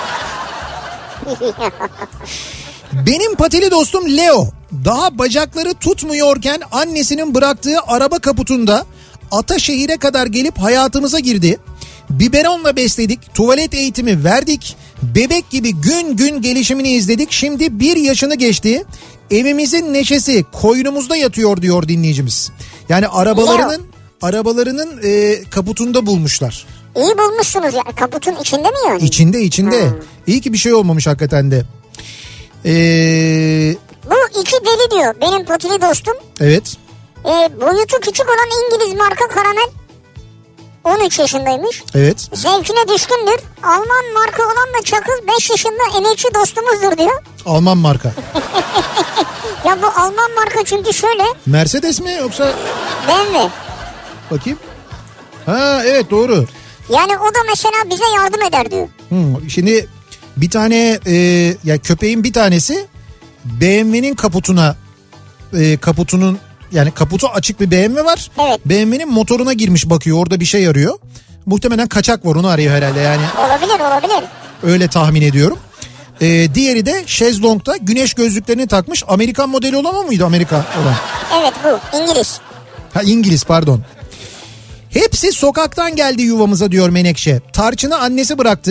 Benim patili dostum Leo daha bacakları tutmuyorken annesinin bıraktığı araba kaputunda Ataşehir'e kadar gelip hayatımıza girdi. Biberonla besledik, tuvalet eğitimi verdik, bebek gibi gün gün gelişimini izledik. Şimdi bir yaşını geçti. Evimizin neşesi koynumuzda yatıyor diyor dinleyicimiz. Yani arabalarının Leo. arabalarının e, kaputunda bulmuşlar. İyi bulmuşsunuz ya. Kaputun içinde mi yani? İçinde içinde. Hmm. İyi ki bir şey olmamış hakikaten de. Ee... Bu iki deli diyor benim patili dostum. Evet. Ee, boyutu küçük olan İngiliz marka karamel. on üç yaşındaymış. Evet. Zevkine düşkündür. Alman marka olan da Çakıl beş yaşında emekçi dostumuzdur diyor. Alman marka. Ya bu Alman marka çünkü şöyle. Mercedes mi yoksa? B M W. Bakayım. Ha evet doğru. Yani o da mesela bize yardım eder diyor. Hmm, şimdi bir tane e, ya köpeğin bir tanesi B M W'nin kaputuna e, kaputunun yani kaputu açık bir B M W var. Evet. B M W'nin motoruna girmiş bakıyor, orada bir şey arıyor. Muhtemelen kaçak var, onu arıyor herhalde yani. Olabilir olabilir. Öyle tahmin ediyorum. Ee, diğeri de şezlongda güneş gözlüklerini takmış. Amerikan modeli olan o muydu, Amerika olan? Evet bu İngiliz. Ha İngiliz pardon. Hepsi sokaktan geldi yuvamıza diyor Menekşe. Tarçın'ı annesi bıraktı.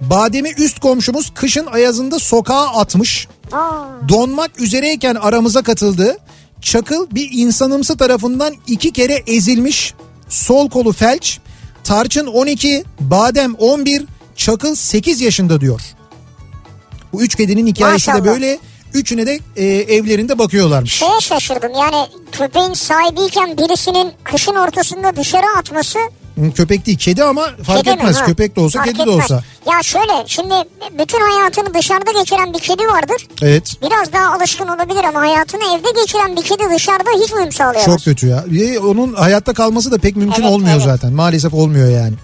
Bademi üst komşumuz kışın ayazında sokağa atmış. Aa. Donmak üzereyken aramıza katıldı. Çakıl bir insanımsı tarafından iki kere ezilmiş. Sol kolu felç. Tarçın on iki, Badem on bir, Çakıl sekiz yaşında diyor. Bu üç kedinin hikayesi Maşallah. De böyle. Üçüne de e, evlerinde bakıyorlarmış. Şeye şaşırdım yani köpeğin sahibiyken birisinin kışın ortasında dışarı atması. Köpek değil kedi ama fark kedi etmez. Köpek de olsa fark kedi etmez. De olsa. Ya şöyle şimdi bütün hayatını dışarıda geçiren bir kedi vardır. Evet. Biraz daha alışkın olabilir ama hayatını evde geçiren bir kedi dışarıda hiç uyum sağlayamaz. Çok kötü ya. Onun hayatta kalması da pek mümkün evet, olmuyor evet. zaten. Maalesef olmuyor yani.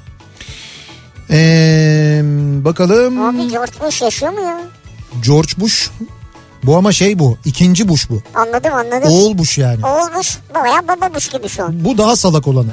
Ee, bakalım. Abi George Bush yaşıyor mu ya? George Bush... Bu ama şey bu. İkinci Bush bu. Anladım anladım. Oğul Bush yani. Oğul Bush. Baya baba Bush gibi şu an. Bu daha salak olanı.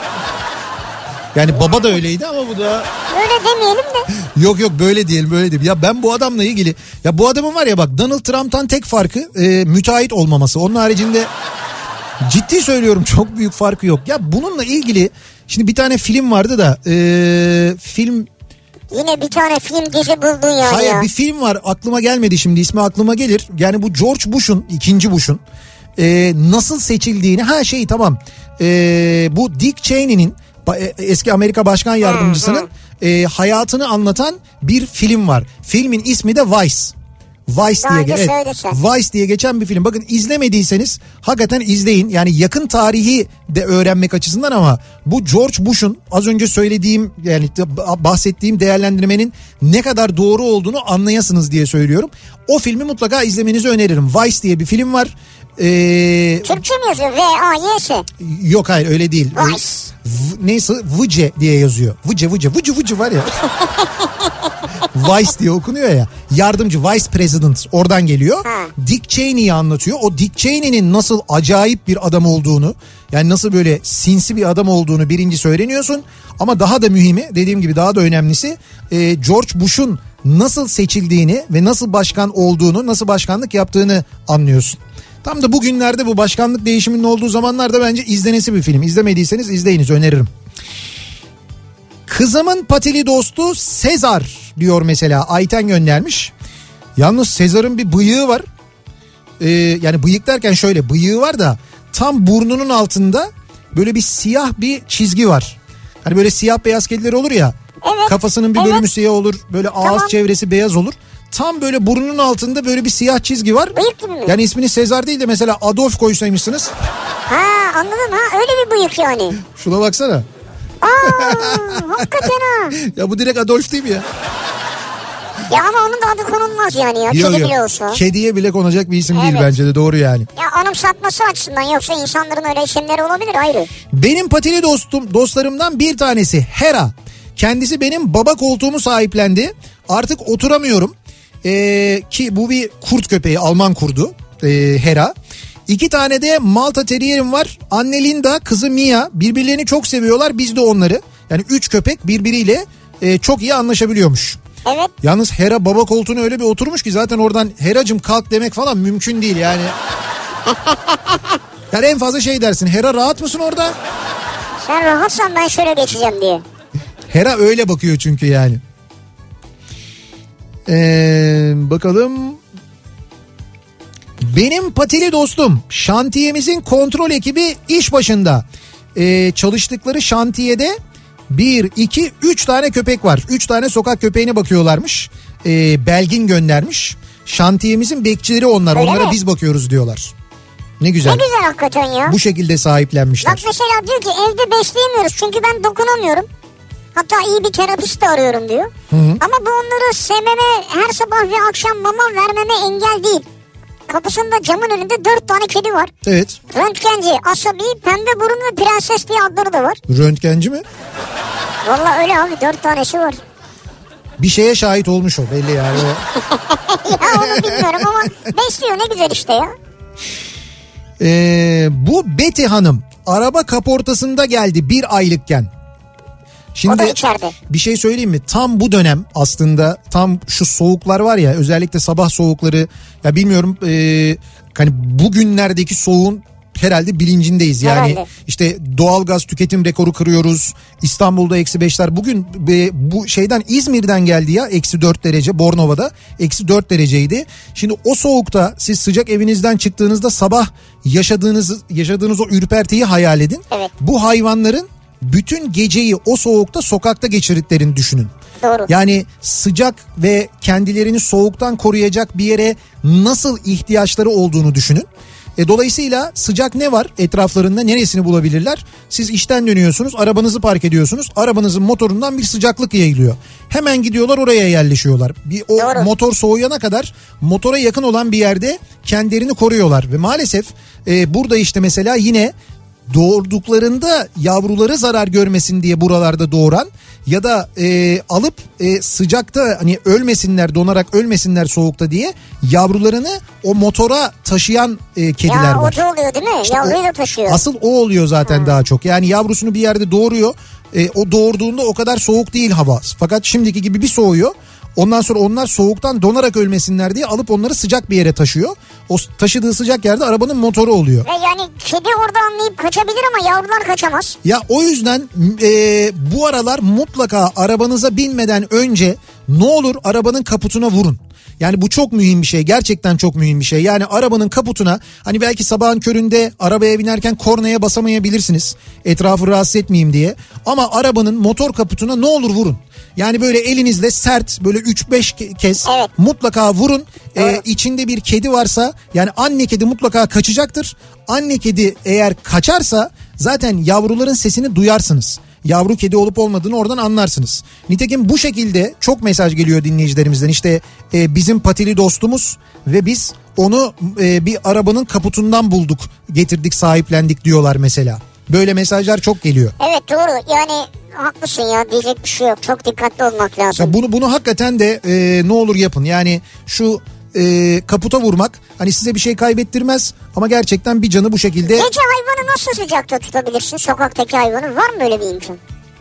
Yani baba da öyleydi ama bu da... Öyle demeyelim de. Yok yok böyle diyelim böyle diyelim. Ya ben bu adamla ilgili... Ya bu adamın var ya bak Donald Trump'tan tek farkı e, müteahhit olmaması. Onun haricinde ciddi söylüyorum çok büyük farkı yok. Ya bununla ilgili şimdi bir tane film vardı da e, film... Yine bir tane film dizi buldun yani. Hayır ya. Bir film var aklıma gelmedi şimdi ismi aklıma gelir. Yani bu George Bush'un ikinci Bush'un e, nasıl seçildiğini her şeyi tamam. E, bu Dick Cheney'nin eski Amerika Başkan Yardımcısının e, hayatını anlatan bir film var. Filmin ismi de Vice. Vice Daha diye evet, Vice diye geçen bir film. Bakın izlemediyseniz hakikaten izleyin. Yani yakın tarihi de öğrenmek açısından ama bu George Bush'un az önce söylediğim yani bahsettiğim değerlendirmenin ne kadar doğru olduğunu anlayasınız diye söylüyorum. O filmi mutlaka izlemenizi öneririm. Vice diye bir film var. Ee, Türkçe mi yazıyor? V A Y S. Yok hayır öyle değil. Vice. V, neyse Vıce diye yazıyor. Vıce Vıce Vıcı Vıcı var ya. Vice diye okunuyor ya. Yardımcı Vice President oradan geliyor. Ha. Dick Cheney'i anlatıyor. O Dick Cheney'nin nasıl acayip bir adam olduğunu yani nasıl böyle sinsi bir adam olduğunu birincisi öğreniyorsun. Ama daha da mühimi dediğim gibi daha da önemlisi e, George Bush'un nasıl seçildiğini ve nasıl başkan olduğunu nasıl başkanlık yaptığını anlıyorsun. Tam da bugünlerde bu başkanlık değişiminin olduğu zamanlarda bence izlenesi bir film. İzlemediyseniz izleyiniz öneririm. Kızımın patili dostu Sezar diyor mesela Ayten göndermiş. Yalnız Sezar'ın bir bıyığı var. Ee, yani bıyık derken şöyle bıyığı var da tam burnunun altında böyle bir siyah bir çizgi var. Hani böyle siyah beyaz kediler olur ya. Evet. Kafasının bir evet. bölümü siyah olur. Böyle ağız tamam. çevresi beyaz olur. Tam böyle burnunun altında böyle bir siyah çizgi var. Bıyık gibi mi? Yani ismini Sezar değil de mesela Adolf koysaymışsınız. Ha anladım ha öyle bir bıyık yani. Şuna baksana. Aa hakikaten ha. Ya bu direkt Adolf değil mi ya? Ya ama onun da adı konulmaz yani ya. Yok, kedi yok. Bile olsa. Kediye bile konacak bir isim evet. değil bence de doğru yani. Ya anımsatması açısından yoksa insanların öyle isimleri olabilir ayrı. Benim patili dostum dostlarımdan bir tanesi Hera. Kendisi benim baba koltuğumu sahiplendi. Artık oturamıyorum. Ee, ki bu bir kurt köpeği Alman kurdu ee, Hera. İki tane de Malta Terrier'im var. Anne Linda, kızı Mia birbirlerini çok seviyorlar. Biz de onları. Yani üç köpek birbiriyle e, çok iyi anlaşabiliyormuş. Evet. Yalnız Hera baba koltuğuna öyle bir oturmuş ki zaten oradan Heracım kalk demek falan mümkün değil yani. Yani en fazla şey dersin. Hera rahat mısın orada? Sen rahatsan ben şöyle geçeceğim diye. Hera öyle bakıyor çünkü yani. Ee, bakalım. Benim patili dostum şantiyemizin kontrol ekibi iş başında. Ee, çalıştıkları şantiyede bir, iki, üç tane köpek var. Üç tane sokak köpeğine bakıyorlarmış. Ee, Belgin göndermiş. Şantiyemizin bekçileri onlar. Öyle Onlara mi? Biz bakıyoruz diyorlar. Ne güzel. Ne güzel hakikaten ya. Bu şekilde sahiplenmişler. Bak mesela diyor ki evde besleyemiyoruz çünkü ben dokunamıyorum. Hatta iyi bir terapist de arıyorum diyor. Hı hı. Ama bu onları sevmeme, her sabah ve akşam mama vermeme engel değil. Kapısında camın önünde dört tane kedi var. Evet. Röntgenci, asabi, pembe burunlu prenses diye adları da var. Röntgenci mi? Vallahi öyle abi dört tanesi var. Bir şeye şahit olmuş o belli yani. Ya onu bilmiyorum ama besliyor ne güzel işte ya. Ee, bu Betty Hanım araba kaportasında geldi bir aylıkken. Şimdi bir şey söyleyeyim mi? Tam bu dönem aslında tam şu soğuklar var ya özellikle sabah soğukları ya bilmiyorum e, hani bugünlerdeki soğuğun herhalde bilincindeyiz. Yani herhalde. işte doğalgaz tüketim rekoru kırıyoruz. İstanbul'da eksi beşler. Bugün bu şeyden İzmir'den geldi ya eksi dört derece. Bornova'da eksi dört dereceydi. Şimdi o soğukta siz sıcak evinizden çıktığınızda sabah yaşadığınız yaşadığınız o ürpertiyi hayal edin. Evet. Bu hayvanların bütün geceyi o soğukta sokakta geçirdiklerini düşünün. Doğru. Yani sıcak ve kendilerini soğuktan koruyacak bir yere nasıl ihtiyaçları olduğunu düşünün. E, dolayısıyla sıcak ne var etraflarında, neresini bulabilirler? Siz işten dönüyorsunuz, arabanızı park ediyorsunuz. Arabanızın motorundan bir sıcaklık yayılıyor. Hemen gidiyorlar oraya yerleşiyorlar. Bir o Doğru. motor soğuyana kadar motora yakın olan bir yerde kendilerini koruyorlar. Ve maalesef e, burada işte mesela yine doğurduklarında yavruları zarar görmesin diye buralarda doğuran ya da e, alıp e, sıcakta hani ölmesinler, donarak ölmesinler soğukta diye yavrularını o motora taşıyan e, kediler ya, var. Ya o da oluyor değil mi? İşte Yavruyu o, da taşıyor. Asıl o oluyor zaten hmm. daha çok. Yani yavrusunu bir yerde doğuruyor. E, o doğurduğunda o kadar soğuk değil hava. Fakat şimdiki gibi bir soğuyor. Ondan sonra onlar soğuktan donarak ölmesinler diye alıp onları sıcak bir yere taşıyor. O taşıdığı sıcak yerde arabanın motoru oluyor. Ve yani kedi orada anlayıp kaçabilir ama yavrular kaçamaz. Ya o yüzden e, bu aralar mutlaka arabanıza binmeden önce ne olur arabanın kaputuna vurun. Yani bu çok mühim bir şey, gerçekten çok mühim bir şey. Yani arabanın kaputuna, hani belki sabahın köründe arabaya binerken kornaya basamayabilirsiniz etrafı rahatsız etmeyeyim diye. Ama arabanın motor kaputuna ne olur vurun. Yani böyle elinizle sert böyle üç beş kez evet. mutlaka vurun. Ee, içinde bir kedi varsa, yani anne kedi mutlaka kaçacaktır. Anne kedi eğer kaçarsa zaten yavruların sesini duyarsınız. Yavru kedi olup olmadığını oradan anlarsınız. Nitekim bu şekilde çok mesaj geliyor dinleyicilerimizden. İşte e, bizim patili dostumuz ve biz onu e, bir arabanın kaputundan bulduk, getirdik, sahiplendik diyorlar mesela. Böyle mesajlar çok geliyor. Evet doğru, yani haklısın ya, diyecek bir şey yok. Çok dikkatli olmak lazım. Ya bunu bunu hakikaten de e, ne olur yapın. Yani şu e, kaputa vurmak hani size bir şey kaybettirmez ama gerçekten bir canı bu şekilde. Gece hayvanı nasıl sıcakta tutabilirsin? Sokaktaki hayvanı var mı öyle bir imkan?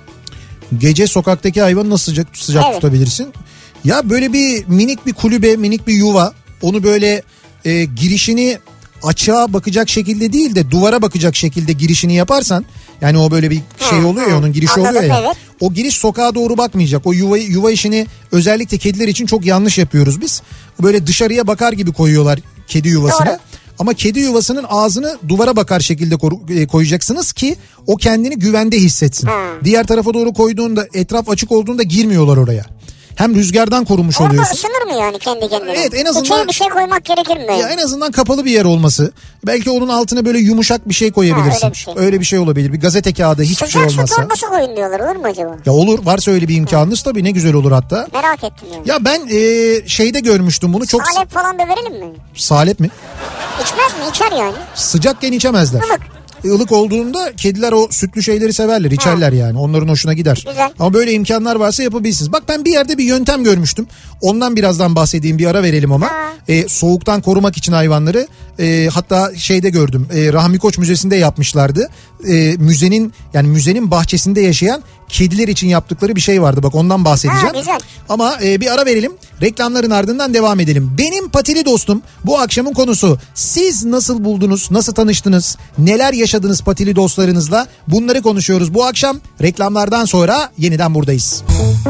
Gece sokaktaki hayvanı nasıl sıcak, sıcak evet. tutabilirsin? Ya böyle bir minik bir kulübe, minik bir yuva, onu böyle e, girişini açığa bakacak şekilde değil de duvara bakacak şekilde girişini yaparsan, yani o böyle bir şey oluyor ya, onun girişi Anladım, oluyor ya. Evet. O giriş sokağa doğru bakmayacak. O yuva, yuva işini özellikle kediler için çok yanlış yapıyoruz biz. Böyle dışarıya bakar gibi koyuyorlar kedi yuvasına. Doğru. Ama kedi yuvasının ağzını duvara bakar şekilde koyacaksınız ki o kendini güvende hissetsin. Hmm. Diğer tarafa doğru koyduğunda, etraf açık olduğunda girmiyorlar oraya. Hem rüzgardan korumuş orada oluyorsun. Orada ısınır mı yani kendi kendine? Evet, en azından. İçine bir şey koymak gerekir mi? Ya en azından kapalı bir yer olması. Belki onun altına böyle yumuşak bir şey koyabilirsin. Ha, öyle bir şey. Öyle bir şey olabilir. Bir gazete kağıdı, hiçbir Sıcak şey olmazsa. Sıcak su torbası koyun diyorlar, olur mu acaba? Ya olur, varsa öyle bir imkanınız tabii ne güzel olur hatta. Merak ettim yani. Ya ben e, şeyde görmüştüm bunu çok. Salep falan da verelim mi? Salep mi? İçmez mi? İçer yani. Sıcakken içemezler. Ilık. Ilık olduğunda kediler o sütlü şeyleri severler, içerler ha. Yani. Onların hoşuna gider. Güzel. Ama böyle imkanlar varsa yapabilirsiniz. Bak ben bir yerde bir yöntem görmüştüm. Ondan birazdan bahsedeyim, bir ara verelim ama. E, soğuktan korumak için hayvanları. E, hatta şeyde gördüm. E, Rahmi Koç Müzesi'nde yapmışlardı. E, müzenin yani müzenin bahçesinde yaşayan kediler için yaptıkları bir şey vardı. Bak ondan bahsedeceğim. Ha, güzel. Ama e, bir ara verelim. Reklamların ardından devam edelim. Benim patili dostum bu akşamın konusu. Siz nasıl buldunuz? Nasıl tanıştınız? Neler yaşadınız patili dostlarınızla? Bunları konuşuyoruz bu akşam. Reklamlardan sonra yeniden buradayız.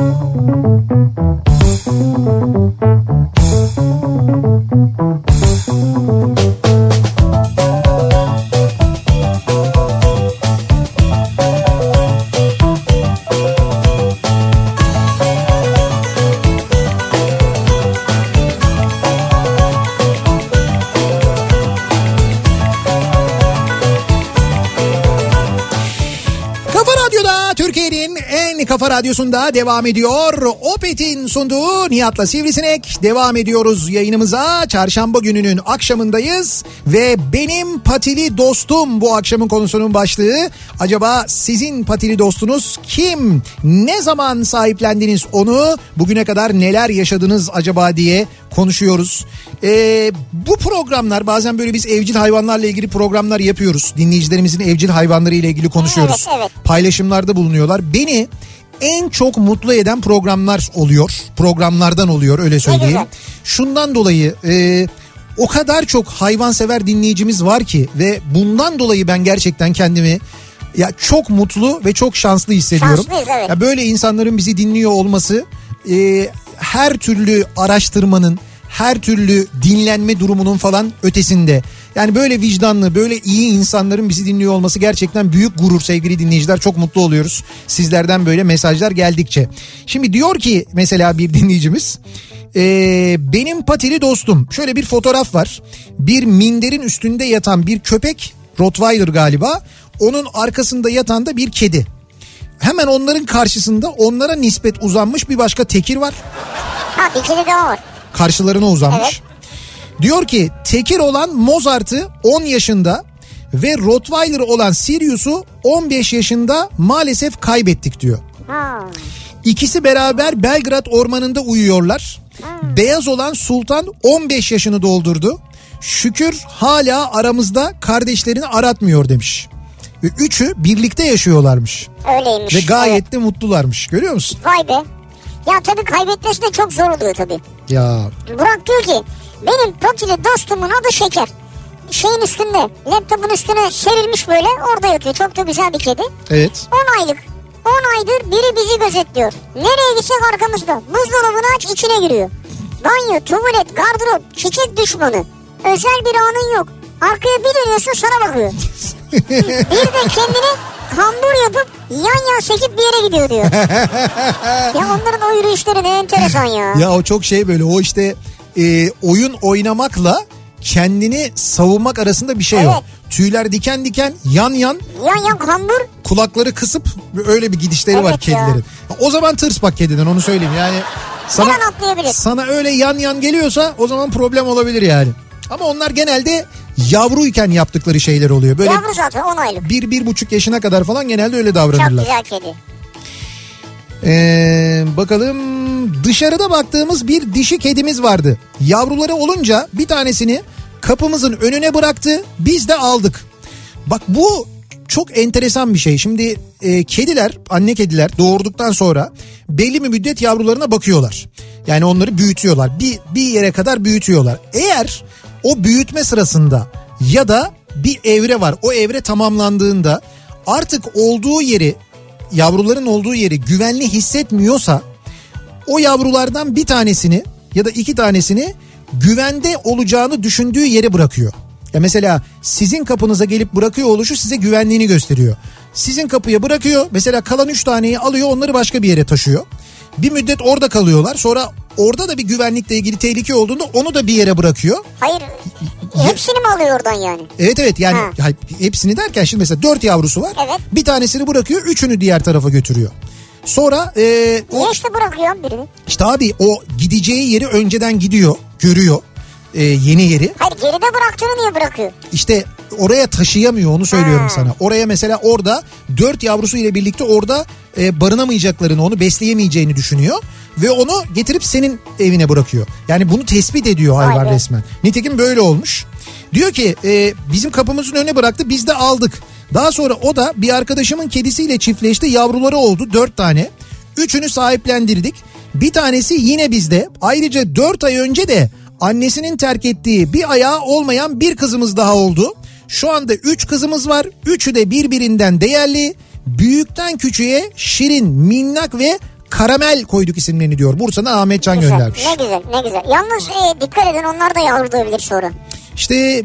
Kafa Radyosu'nda devam ediyor. Opet'in sunduğu Nihat'la Sivrisinek. Devam ediyoruz yayınımıza. Çarşamba gününün akşamındayız. Ve benim patili dostum bu akşamın konusunun başlığı. Acaba sizin patili dostunuz kim? Ne zaman sahiplendiniz onu? Bugüne kadar neler yaşadınız acaba diye konuşuyoruz. Ee, bu programlar bazen böyle biz evcil hayvanlarla ilgili programlar yapıyoruz. Dinleyicilerimizin evcil hayvanları ile ilgili konuşuyoruz. Evet, evet. Paylaşımlarda bulunuyorlar. Beni en çok mutlu eden programlar oluyor. Programlardan oluyor, öyle söyleyeyim. Şundan dolayı e, o kadar çok hayvansever dinleyicimiz var ki ve bundan dolayı ben gerçekten kendimi ya çok mutlu ve çok şanslı hissediyorum. Şanslıyız, evet. Ya böyle insanların bizi dinliyor olması e, her türlü araştırmanın, her türlü dinlenme durumunun falan ötesinde. Yani böyle vicdanlı, böyle iyi insanların bizi dinliyor olması gerçekten büyük gurur sevgili dinleyiciler. Çok mutlu oluyoruz sizlerden böyle mesajlar geldikçe. Şimdi diyor ki mesela bir dinleyicimiz, e, benim patili dostum, şöyle bir fotoğraf var. Bir minderin üstünde yatan bir köpek, Rottweiler galiba, onun arkasında yatan da bir kedi. Hemen onların karşısında onlara nispet uzanmış bir başka tekir var. Ha, bir kedi daha var. Karşılarına uzanmış. Evet. Diyor ki tekir olan Mozart'ı on yaşında ve Rottweiler olan Sirius'u on beş yaşında maalesef kaybettik diyor. Ha. İkisi beraber Belgrad ormanında uyuyorlar. Ha. Beyaz olan Sultan on beş yaşını doldurdu. Şükür hala aramızda, kardeşlerini aratmıyor demiş. Ve üçü birlikte yaşıyorlarmış. Öyleymiş. Ve gayet evet. de mutlularmış, görüyor musun? Vay be. Ya tabii kaybetmesi de çok zor oluyor tabii. Ya. Burak diyor ki benim patili dostumun adı Şeker. Şeyin üstünde, laptopun üstüne serilmiş böyle, orada yatıyor. Çok da güzel bir kedi. Evet. on aylık. on aydır biri bizi gözetliyor. Nereye gitsek arkamızda. Buzdolabını aç, içine giriyor. Banyo, tuvalet, gardırop, çiçek düşmanı. Özel bir anın yok. Arkaya bir dönüyorsun, sana bakıyor. Bir de kendine kambur yapıp yan yan sekip bir yere gidiyor diyor. Ya onların o yürüyüşleri ne enteresan ya. Ya o çok şey böyle, o işte e, oyun oynamakla kendini savunmak arasında bir şey evet. o. Tüyler diken diken, yan yan. Yan yan kambur. Kulakları kısıp öyle bir gidişleri evet var kedilerin. Ya. O zaman tırs bak kediden, onu söyleyeyim yani. Sana, sana öyle yan yan geliyorsa o zaman problem olabilir yani. Ama onlar genelde yavruyken yaptıkları şeyler oluyor. Böyle yavru zaten on aylık. Bir, bir buçuk yaşına kadar falan genelde öyle davranırlar. Çok güzel kedi. Ee, bakalım, dışarıda baktığımız bir dişi kedimiz vardı. Yavruları olunca bir tanesini kapımızın önüne bıraktı, biz de aldık. Bak bu çok enteresan bir şey. Şimdi e, kediler, anne kediler doğurduktan sonra belli bir müddet yavrularına bakıyorlar. Yani onları büyütüyorlar. Bir, bir yere kadar büyütüyorlar. Eğer o büyütme sırasında ya da bir evre var, o evre tamamlandığında artık olduğu yeri, yavruların olduğu yeri güvenli hissetmiyorsa o yavrulardan bir tanesini ya da iki tanesini güvende olacağını düşündüğü yere bırakıyor. Ya mesela sizin kapınıza gelip bırakıyor oluşu size güvenliğini gösteriyor. Sizin kapıya bırakıyor, mesela kalan üç taneyi alıyor, onları başka bir yere taşıyor. Bir müddet orada kalıyorlar, sonra orada da bir güvenlikle ilgili tehlike olduğunda onu da bir yere bırakıyor. Hayır, hepsini mi alıyor oradan yani? Evet evet yani ha. Hepsini derken şimdi mesela dört yavrusu var. Evet. Bir tanesini bırakıyor, üçünü diğer tarafa götürüyor. Sonra... E, Niye o, işte bırakıyor birini? İşte abi o gideceği yeri önceden gidiyor, görüyor. E, yeni yeri. Hayır, geride bıraktığını niye bırakıyor? İşte oraya taşıyamıyor, onu söylüyorum ha. sana. Oraya mesela orada dört yavrusu ile birlikte orada e, barınamayacaklarını, onu besleyemeyeceğini düşünüyor. Ve onu getirip senin evine bırakıyor. Yani bunu tespit ediyor hayvan Aynen. resmen. Nitekim böyle olmuş. Diyor ki e, bizim kapımızın önüne bıraktı, biz de aldık. Daha sonra o da bir arkadaşımın kedisiyle çiftleşti, yavruları oldu dört tane. Üçünü sahiplendirdik. Bir tanesi yine bizde. Ayrıca dört ay önce de annesinin terk ettiği bir ayağı olmayan bir kızımız daha oldu. Şu anda üç kızımız var. Üçü de birbirinden değerli. Büyükten küçüğe Şirin, Minnak ve Karamel koyduk isimlerini diyor. Bursa'dan Ahmet Can güzel, göndermiş. Ne güzel, ne güzel. Yalnız e, dikkat edin, onlar da yavru doğabilir sonra. İşte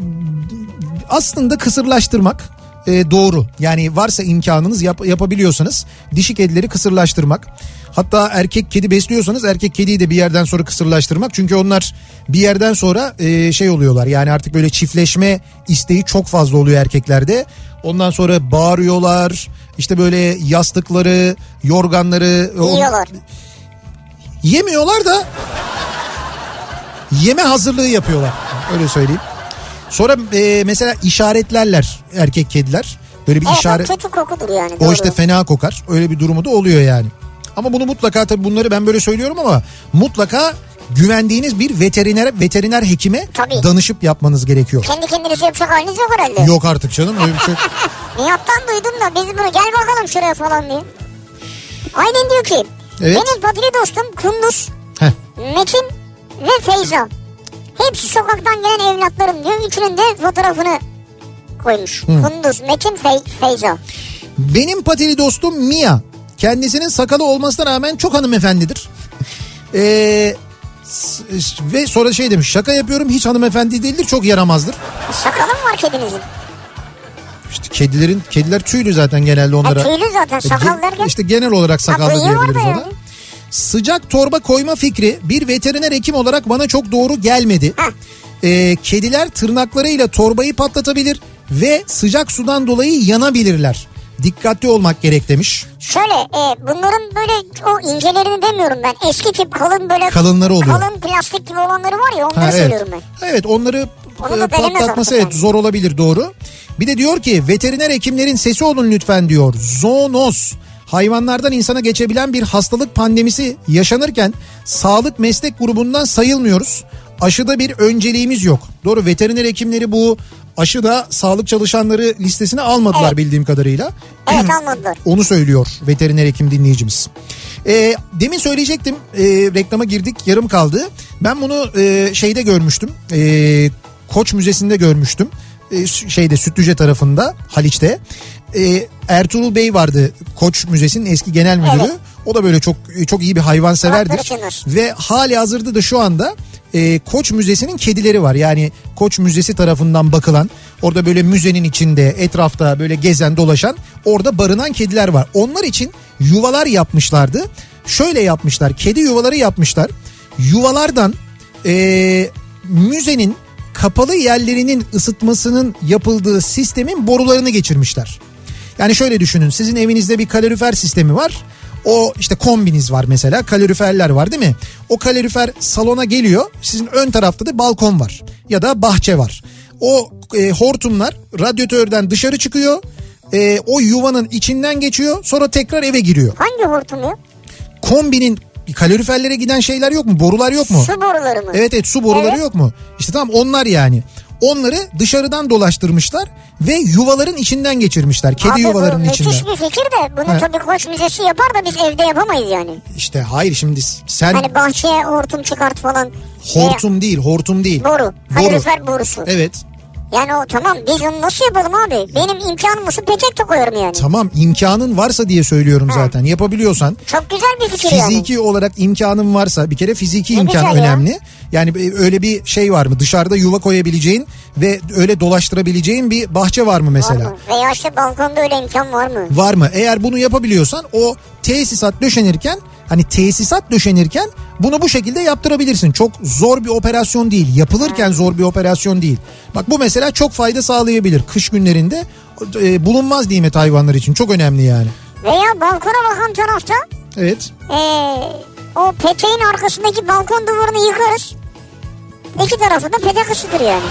aslında kısırlaştırmak e, doğru. Yani varsa imkanınız yap, yapabiliyorsanız dişi kedileri kısırlaştırmak. Hatta erkek kedi besliyorsanız erkek kediyi de bir yerden sonra kısırlaştırmak. Çünkü onlar bir yerden sonra e, şey oluyorlar. Yani artık böyle çiftleşme isteği çok fazla oluyor erkeklerde. Ondan sonra bağırıyorlar. İşte böyle yastıkları, yorganları... Yiyorlar. On... Yemiyorlar da yeme hazırlığı yapıyorlar. Öyle söyleyeyim. Sonra e, mesela işaretlerler erkek kediler. Böyle bir evet, işaret. Evet, kötü kokudur yani. O doğru. işte fena kokar. Öyle bir durumu da oluyor yani. Ama bunu mutlaka, tabii bunları ben böyle söylüyorum ama mutlaka güvendiğiniz bir veteriner veteriner hekime tabii. danışıp yapmanız gerekiyor. Kendi kendinize yapacak haliniz yok herhalde. Yok artık canım, öyle bir şey. Nihat'tan duydum da biz bunu gel bakalım şuraya falan diye. Aynen diyor ki evet. benim patili dostum Kunduz, Heh. Metin ve Feyza. Hepsi sokaktan gelen evlatlarım diyor. Üçünün de fotoğrafını koymuş. Hmm. Kunduz, Metin, Fey- Feyza. Benim patili dostum Mia. Kendisinin sakalı olmasına rağmen çok hanımefendidir. Eee... Ve sonra şey demiş, şaka yapıyorum, hiç hanımefendi değildir, çok yaramazdır. Sakalı mı var kedinizin? İşte kedilerin, kediler tüylü zaten genelde onlara. Ha, tüylü zaten, sakal derken. İşte genel olarak sakallı diyebiliriz ona. Yani. Sıcak torba koyma fikri bir veteriner hekim olarak bana çok doğru gelmedi. Ee, kediler tırnaklarıyla torbayı patlatabilir ve sıcak sudan dolayı yanabilirler. Dikkatli olmak gerek demiş. Şöyle e, bunların böyle o incelerini demiyorum ben. Eski tip kalın böyle kalınları oluyor. Kalın plastik gibi olanları var ya, onları ha, evet. söylüyorum ben. Evet, onları e, patlatması evet yani. Zor olabilir, doğru. Bir de diyor ki veteriner hekimlerin sesi olun lütfen diyor. Zoonoz, hayvanlardan insana geçebilen bir hastalık pandemisi yaşanırken sağlık meslek grubundan sayılmıyoruz. Aşıda bir önceliğimiz yok. Doğru, veteriner hekimleri bu aşıda sağlık çalışanları listesine almadılar, evet. Bildiğim kadarıyla. Evet, almadılar. Onu söylüyor veteriner hekim dinleyicimiz. E, demin söyleyecektim, e, reklama girdik, yarım kaldı. Ben bunu e, şeyde görmüştüm. E, Koç Müzesi'nde görmüştüm. E, şeyde Sütlüce tarafında, Haliç'te. E, Ertuğrul Bey vardı, Koç Müzesi'nin eski genel müdürü. Evet. O da böyle çok çok iyi bir hayvanseverdir. Ve hali hazırda da şu anda e, Koç Müzesi'nin kedileri var. Yani Koç Müzesi tarafından bakılan, orada böyle müzenin içinde etrafta böyle gezen dolaşan, orada barınan kediler var. Onlar için yuvalar yapmışlardı. Şöyle yapmışlar, kedi yuvaları yapmışlar. Yuvalardan e, müzenin kapalı yerlerinin ısıtmasının yapıldığı sistemin borularını geçirmişler. Yani şöyle düşünün, sizin evinizde bir kalorifer sistemi var. O işte kombiniz var mesela, kaloriferler var değil mi? O kalorifer salona geliyor, sizin ön tarafta da balkon var ya da bahçe var. O e, hortumlar radyatörden dışarı çıkıyor, e, o yuvanın içinden geçiyor, sonra tekrar eve giriyor. Hangi hortum ya? Kombinin kaloriferlere giden şeyler yok mu? Borular yok mu? Su boruları mı? Evet evet, su boruları evet. Yok mu? İşte tamam, onlar yani. Onları dışarıdan dolaştırmışlar ve yuvaların içinden geçirmişler. Kedi abi yuvalarının içinden. Müthiş bir fikir de bunu He. tabii Koç Müzesi yapar da biz evde yapamayız yani. İşte hayır, şimdi sen... Hani bahçeye hortum çıkart falan. Hortum e... değil, hortum değil. Boru, kalorifer borusu. Evet. Yani o tamam, biz onu nasıl yapalım abi? Benim imkanım olsa petek de koyarım yani. Tamam, imkanın varsa diye söylüyorum ha. Zaten. Yapabiliyorsan. Çok güzel bir fikir fiziki yani. Fiziki olarak imkanın varsa, bir kere fiziki ne imkan önemli. Ya. Yani öyle bir şey var mı? Dışarıda yuva koyabileceğin ve öyle dolaştırabileceğin bir bahçe var mı mesela? Var mı? Veya işte balkonda öyle imkan var mı? Var mı? Eğer bunu yapabiliyorsan o tesisat döşenirken, hani tesisat döşenirken bunu bu şekilde yaptırabilirsin. Çok zor bir operasyon değil. Yapılırken hmm. zor bir operasyon değil. Bak bu mesela çok fayda sağlayabilir. Kış günlerinde e, bulunmaz nimet hayvanlar için. Çok önemli yani. Veya balkona bakan tarafta. Evet. E, o peteğin arkasındaki balkon duvarını yıkarız. İki tarafı da petek ısıtır yani.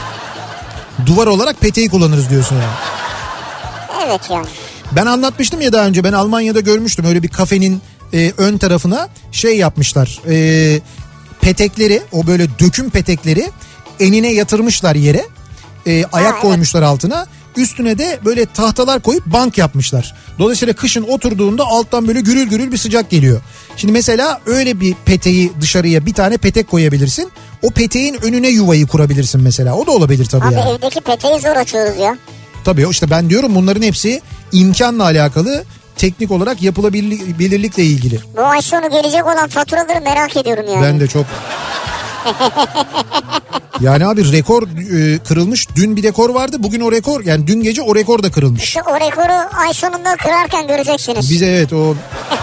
Duvar olarak peteği kullanırız diyorsun yani. Evet yani. Ben anlatmıştım ya daha önce, ben Almanya'da görmüştüm öyle bir kafenin e, ön tarafına şey yapmışlar. E, petekleri, o böyle döküm petekleri enine yatırmışlar yere. E, ayak ha, koymuşlar evet. altına. Üstüne de böyle tahtalar koyup bank yapmışlar. Dolayısıyla kışın oturduğunda alttan böyle gürül gürül bir sıcak geliyor. Şimdi mesela öyle bir peteği dışarıya bir tane petek koyabilirsin. O peteğin önüne yuvayı kurabilirsin mesela. O da olabilir tabii abi yani. Abi evdeki peteği zor açıyoruz ya. Tabii işte ben diyorum, bunların hepsi imkanla alakalı, teknik olarak yapılabilirlikle ilgili. Bu ay sonu gelecek olan faturaları merak ediyorum yani. Ben de çok. Yani abi rekor e, kırılmış. Dün bir rekor vardı. Bugün o rekor, yani dün gece o rekor da kırılmış. İşte o rekoru ay sonunda kırarken göreceksiniz. Bize evet o...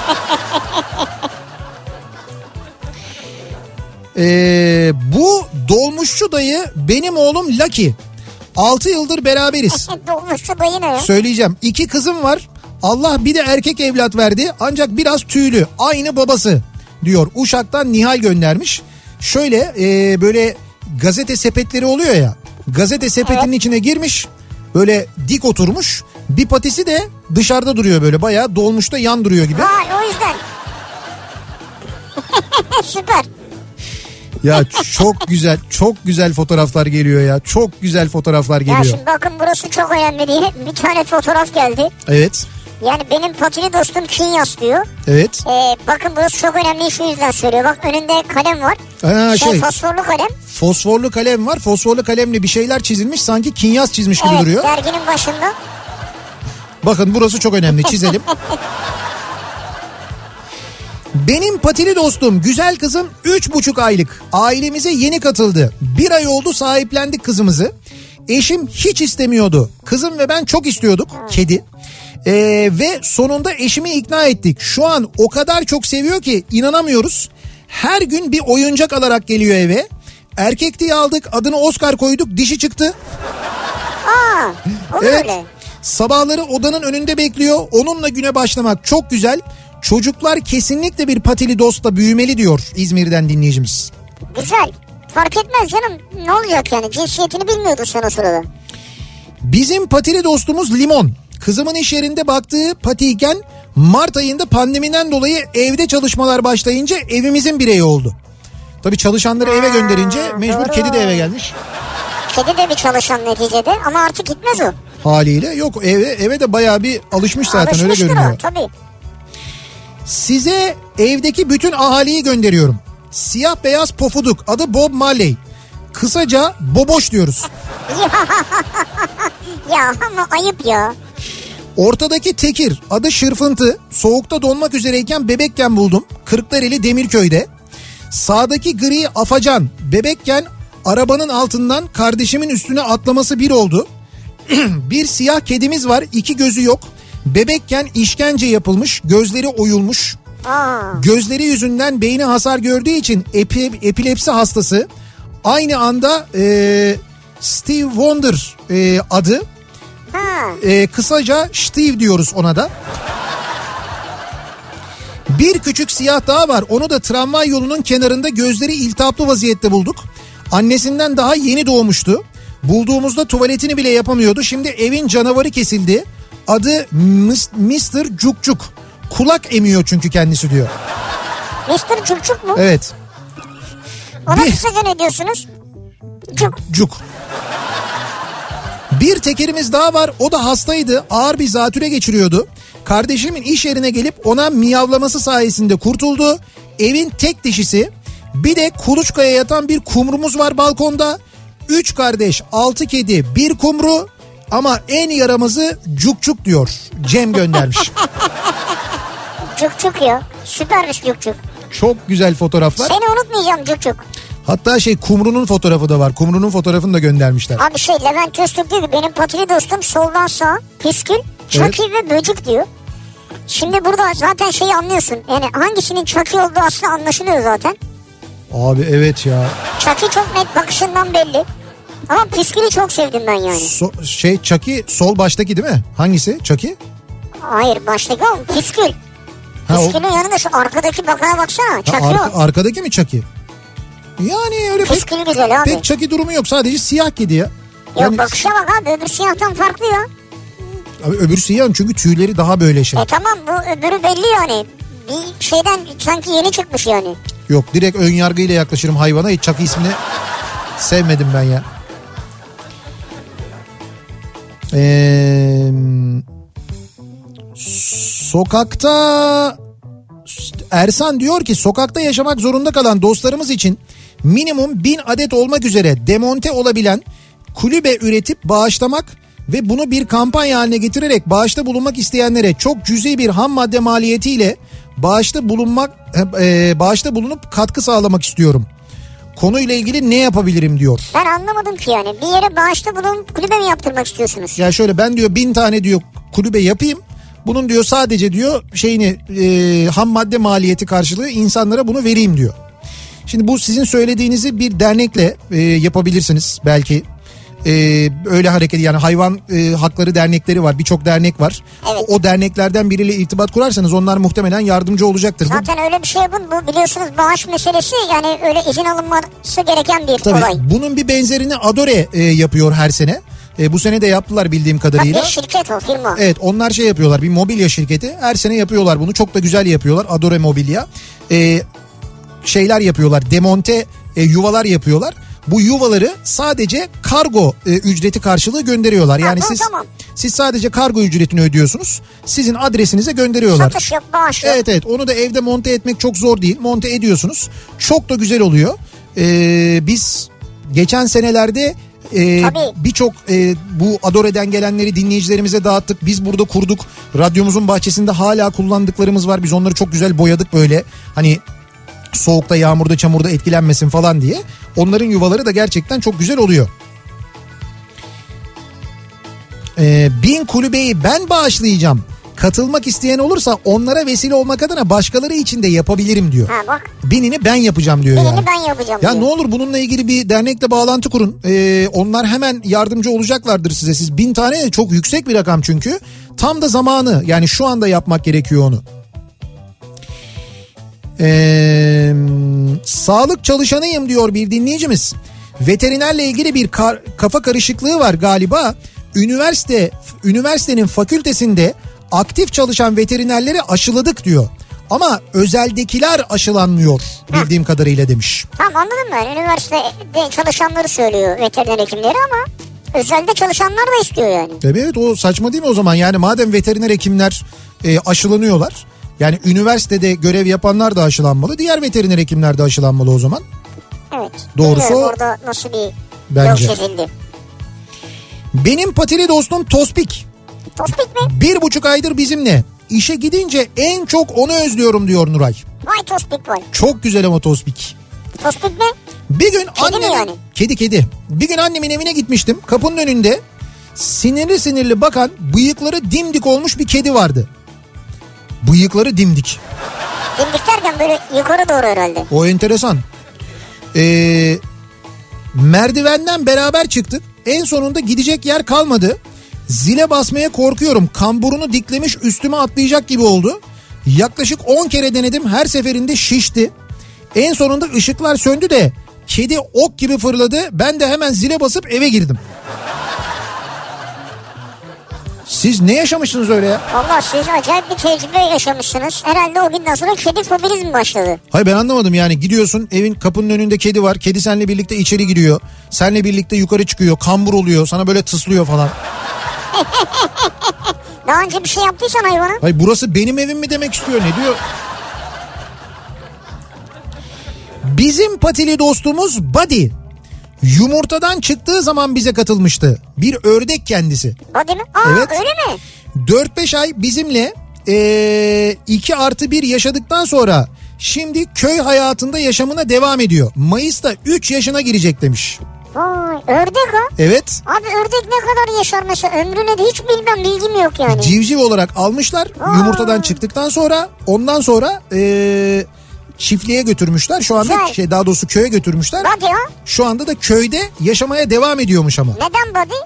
ee, bu dolmuşçu dayı benim oğlum Lucky. altı yıldır beraberiz. Dolmuşçu dayı ne ya? Söyleyeceğim. İki kızım var. Allah bir de erkek evlat verdi. Ancak biraz tüylü. Aynı babası diyor. Uşak'tan Nihal göndermiş. Şöyle e, böyle gazete sepetleri oluyor ya. Gazete sepetinin evet. içine girmiş. Böyle dik oturmuş. Bir patisi de dışarıda duruyor böyle. Bayağı dolmuşta yan duruyor gibi. Ha, o yüzden. Süper. Ya çok güzel, çok güzel fotoğraflar geliyor ya. Çok güzel fotoğraflar geliyor. Ya şimdi bakın, burası çok önemli diye bir tane fotoğraf geldi. Evet. Yani benim patili dostum Kinyas diyor. Evet. Ee, bakın burası çok önemli, şu yüzden söylüyor. Bak önünde kalem var. Ha, şey, şey fosforlu kalem. Fosforlu kalem var. Fosforlu kalemle bir şeyler çizilmiş. Sanki Kinyas çizmiş gibi evet, duruyor. Evet, derginin başında. Bakın burası çok önemli, çizelim. Benim patili dostum güzel kızım üç buçuk aylık, ailemize yeni katıldı. Bir ay oldu sahiplendik kızımızı. Eşim hiç istemiyordu. Kızım ve ben çok istiyorduk. Kedi. Ee, ve sonunda eşimi ikna ettik. Şu an o kadar çok seviyor ki inanamıyoruz. Her gün bir oyuncak alarak geliyor eve. Erkek diye aldık, adını Oscar koyduk, dişi çıktı. Aa, o evet. Öyle. Sabahları odanın önünde bekliyor. Onunla güne başlamak çok güzel. Çocuklar kesinlikle bir patili dostla büyümeli diyor İzmir'den dinleyicimiz. Güzel. Fark etmez canım. Ne olacak yani? Cinsiyetini bilmiyordun sen o sırada. Bizim patili dostumuz Limon. Kızımın iş yerinde baktığı patiyken Mart ayında pandemiden dolayı evde çalışmalar başlayınca evimizin bireyi oldu. Tabii çalışanları ha, eve gönderince mecbur doğru. Kedi de eve gelmiş. Kedi de bir çalışan neticede ama artık gitmez o. Haliyle yok, eve eve de bayağı bir alışmış zaten, öyle görünüyor. O, tabii. Size evdeki bütün ahaliyi gönderiyorum. Siyah beyaz pofuduk, adı Bob Marley. Kısaca Boboş diyoruz. Ya ama ayıp ya. Ortadaki Tekir, adı Şırfıntı. Soğukta donmak üzereyken bebekken buldum. Kırklareli Demirköy'de. Sağdaki gri Afacan, bebekken arabanın altından kardeşimin üstüne atlaması bir oldu. Bir siyah kedimiz var, iki gözü yok. Bebekken işkence yapılmış, gözleri oyulmuş. Aa. Gözleri yüzünden beyni hasar gördüğü için epi, epilepsi hastası. Aynı anda e, Steve Wonder e, adı. E, kısaca Steve diyoruz ona da. Bir küçük siyah daha var. Onu da tramvay yolunun kenarında gözleri iltihaplı vaziyette bulduk. Annesinden daha yeni doğmuştu. Bulduğumuzda tuvaletini bile yapamıyordu. Şimdi evin canavarı kesildi. Adı mister Cukcuk. Kulak emiyor çünkü kendisi diyor. mister Cukcuk mu? Evet. Ona bir... kısaca ne diyorsunuz? Cuk. Cuk. Bir tekerimiz daha var. O da hastaydı. Ağır bir zatüre geçiriyordu. Kardeşimin iş yerine gelip ona miyavlaması sayesinde kurtuldu. Evin tek dişisi. Bir de kuluçkaya yatan bir kumrumuz var balkonda. Üç kardeş, altı kedi, bir kumru. Ama en yaramazı Cukcuk diyor. Cem göndermiş. Cukcuk ya. Süpermiş Cukcuk. Çok güzel fotoğraflar. Seni unutmayacağım Cukcuk. Hatta şey kumrunun fotoğrafı da var. Kumrunun fotoğrafını da göndermişler. Abi şey Levent Köstük diyor ki benim patili dostum soldan sağa püskül, çaki evet. ve böcük diyor. Şimdi burada zaten şeyi anlıyorsun. Yani hangisinin çaki olduğu aslında anlaşılıyor zaten. Abi evet ya. Çaki çok net bakışından belli. Ama püskülü çok sevdim ben yani. So, şey çaki sol baştaki değil mi? Hangisi çaki? Hayır baştaki o püskül. Püskülün o... yanında şu arkadaki bakana baksana. Çaki ha, arka, o. Arkadaki mi çaki? Yani öyle pek, güzel abi. Pek çaki durumu yok, sadece siyah kedi ya. Yok yani... bakışa bak abi, öbür siyahtan farklı ya. Abi öbür siyah çünkü tüyleri daha böyle şey. E tamam, bu öbürü belli yani. Bir şeyden sanki yeni çıkmış yani. Yok, direkt ön yargıyla yaklaşırım hayvana, hiç çaki ismini sevmedim ben ya. Ee, sokakta Ersan diyor ki sokakta yaşamak zorunda kalan dostlarımız için minimum bin adet olmak üzere demonte olabilen kulübe üretip bağışlamak ve bunu bir kampanya haline getirerek bağışta bulunmak isteyenlere çok cüzi bir ham madde maliyetiyle bağışta bulunmak e, bağışta bulunup katkı sağlamak istiyorum. Konuyla ilgili ne yapabilirim diyor. Ben anlamadım ki yani. Bir yere bağışta bulunup kulübe mi yaptırmak istiyorsunuz? Ya şöyle, ben diyor bin tane diyor kulübe yapayım. Bunun diyor sadece diyor şeyini e, ham madde maliyeti karşılığı insanlara bunu vereyim diyor. Şimdi bu sizin söylediğinizi bir dernekle e, yapabilirsiniz belki. E, öyle hareket, yani hayvan e, hakları dernekleri var, birçok dernek var. Evet. O, o derneklerden biriyle irtibat kurarsanız onlar muhtemelen yardımcı olacaktır. Zaten öyle bir şey bu, bu biliyorsunuz bağış meselesi, yani öyle izin alınması gereken bir Tabii, olay. Bunun bir benzerini Adore e, yapıyor her sene. E, bu sene de yaptılar bildiğim kadarıyla. Tabii şirket o, firma. Evet, onlar şey yapıyorlar, bir mobilya şirketi, her sene yapıyorlar bunu, çok da güzel yapıyorlar. Adore Mobilya. E, şeyler yapıyorlar, demonte e, yuvalar yapıyorlar. bu yuvaları sadece kargo e, ücreti karşılığı gönderiyorlar. Yani ha, siz tamam. siz sadece kargo ücretini ödüyorsunuz. Sizin adresinize gönderiyorlar. Satış yok, bağış yok. Evet evet, onu da evde monte etmek çok zor değil. Monte ediyorsunuz. Çok da güzel oluyor. Ee, biz geçen senelerde Ee, birçok e, bu Adore'den gelenleri dinleyicilerimize dağıttık. Biz burada kurduk. Radyomuzun bahçesinde hala kullandıklarımız var. Biz onları çok güzel boyadık böyle. Hani soğukta, yağmurda, çamurda etkilenmesin falan diye. Onların yuvaları da gerçekten çok güzel oluyor. Ee, bin kulübeyi ben bağışlayacağım. Katılmak isteyen olursa onlara vesile olmak adına başkaları için de yapabilirim diyor. Ha bak. Binini ben yapacağım diyor. Binini yani. ben yapacağım ya diyor. Ne olur bununla ilgili bir dernekle bağlantı kurun. Ee, onlar hemen yardımcı olacaklardır size. Siz bin tane de çok yüksek bir rakam çünkü. Tam da zamanı, yani şu anda yapmak gerekiyor onu. Ee, sağlık çalışanıyım diyor bir dinleyicimiz. Veterinerle ilgili bir kar, kafa karışıklığı var galiba. Üniversite, üniversitenin fakültesinde aktif çalışan veterinerleri aşıladık diyor. Ama özeldekiler aşılanmıyor bildiğim ha. kadarıyla demiş. Tamam, anladım ben. Üniversitede çalışanları söylüyor veteriner hekimleri ama özelde çalışanlar da istiyor yani. Tabii evet, o saçma değil mi o zaman? Yani madem veteriner hekimler e, aşılanıyorlar, yani üniversitede görev yapanlar da aşılanmalı, diğer veteriner hekimler de aşılanmalı o zaman. Evet. Doğrusu orada nasıl bir bence. Yol çizildi. Benim patili dostum Tospik. Tospik mi? Bir buçuk aydır bizimle. İşe gidince en çok onu özlüyorum diyor Nuray. Vay Tospik vay. Çok güzel ama Tospik. Tospik mi? Bir gün kedi annemin, mi yani? Kedi kedi. Bir gün annemin evine gitmiştim. Kapının önünde sinirli sinirli bakan, bıyıkları dimdik olmuş bir kedi vardı. Bıyıkları dimdik. Dimdik derken böyle yukarı doğru herhalde. O enteresan. Ee, merdivenden beraber çıktık. En sonunda gidecek yer kalmadı. Zile basmaya korkuyorum. Kamburunu diklemiş üstüme atlayacak gibi oldu. Yaklaşık on kere denedim. Her seferinde şişti. En sonunda ışıklar söndü de kedi ok gibi fırladı. Ben de hemen zile basıp eve girdim. Siz ne yaşamışsınız öyle ya? Vallahi siz acayip bir tecrübe yaşamışsınız. Herhalde o günden sonra kedi fobiniz mi başladı? Hayır, ben anlamadım yani. Gidiyorsun, evin kapının önünde kedi var. Kedi seninle birlikte içeri giriyor. Seninle birlikte yukarı çıkıyor. Kambur oluyor. Sana böyle tıslıyor falan. Daha önce bir şey yaptıysan hayvana. Hayır, burası benim evim mi demek istiyor, ne diyor? Bizim patili dostumuz Buddy yumurtadan çıktığı zaman bize katılmıştı. Bir ördek kendisi. Buddy mi? Aa, evet. Öyle mi? dört beş ay bizimle ee, iki artı bir yaşadıktan sonra şimdi köy hayatında yaşamına devam ediyor. Mayıs'ta üç yaşına girecek demiş. Vay, ördek ha? Evet. Abi ördek ne kadar yaşar mesela, ömrüne de hiç bilmem, bilgim yok yani. Civciv olarak almışlar. Aa. Yumurtadan çıktıktan sonra, ondan sonra ee, çiftliğe götürmüşler. Şu anda şey. şey daha doğrusu köye götürmüşler. Buddy ha? Şu anda da köyde yaşamaya devam ediyormuş ama. Neden Buddy?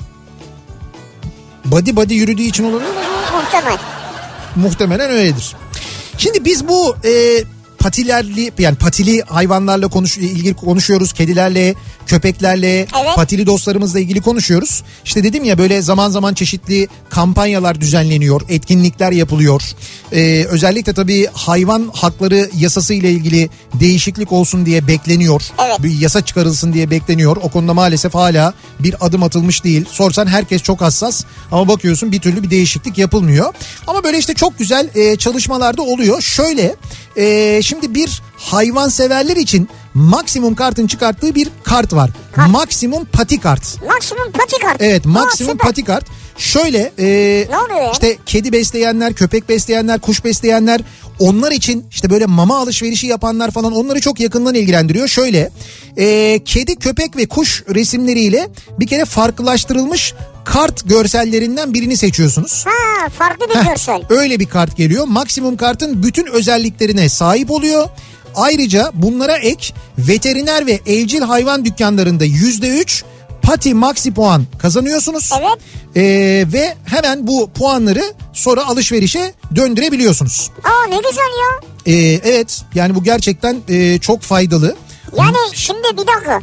Buddy Buddy yürüdüğü için olabilir mi? Muhtemelen. Muhtemelen öyledir. Şimdi biz bu e, patilerli, yani patili hayvanlarla konuş, ilgili konuşuyoruz. Kedilerle, köpeklerle, evet. patili dostlarımızla ilgili konuşuyoruz. İşte dedim ya, böyle zaman zaman çeşitli kampanyalar düzenleniyor, etkinlikler yapılıyor. Ee, özellikle tabii hayvan hakları yasası ile ilgili değişiklik olsun diye bekleniyor. Evet. Bir yasa çıkarılsın diye bekleniyor. O konuda maalesef hala bir adım atılmış değil. Sorsan herkes çok hassas ama bakıyorsun bir türlü bir değişiklik yapılmıyor. Ama böyle işte çok güzel e, çalışmalar da oluyor. Şöyle e, şimdi bir hayvanseverler için Maksimum Kart'ın çıkarttığı bir kart var. Kart. Maksimum Pati Kart. Maksimum Pati Kart. Evet, Maksimum Pati Kart. Şöyle e, ne oluyor ya? İşte kedi besleyenler, köpek besleyenler, kuş besleyenler, onlar için işte böyle mama alışverişi yapanlar falan, onları çok yakından ilgilendiriyor. Şöyle e, kedi, köpek ve kuş resimleriyle bir kere farklılaştırılmış kart görsellerinden birini seçiyorsunuz. Ha, farklı bir Heh, görsel. Öyle bir kart geliyor. Maksimum Kart'ın bütün özelliklerine sahip oluyor. Ayrıca bunlara ek veteriner ve evcil hayvan dükkanlarında yüzde üç Pati Maxi puan kazanıyorsunuz. Evet. Ee, ve hemen bu puanları sonra alışverişe döndürebiliyorsunuz. Aa, ne güzel ya. Ee, evet, yani bu gerçekten e, çok faydalı. Yani şimdi bir dakika.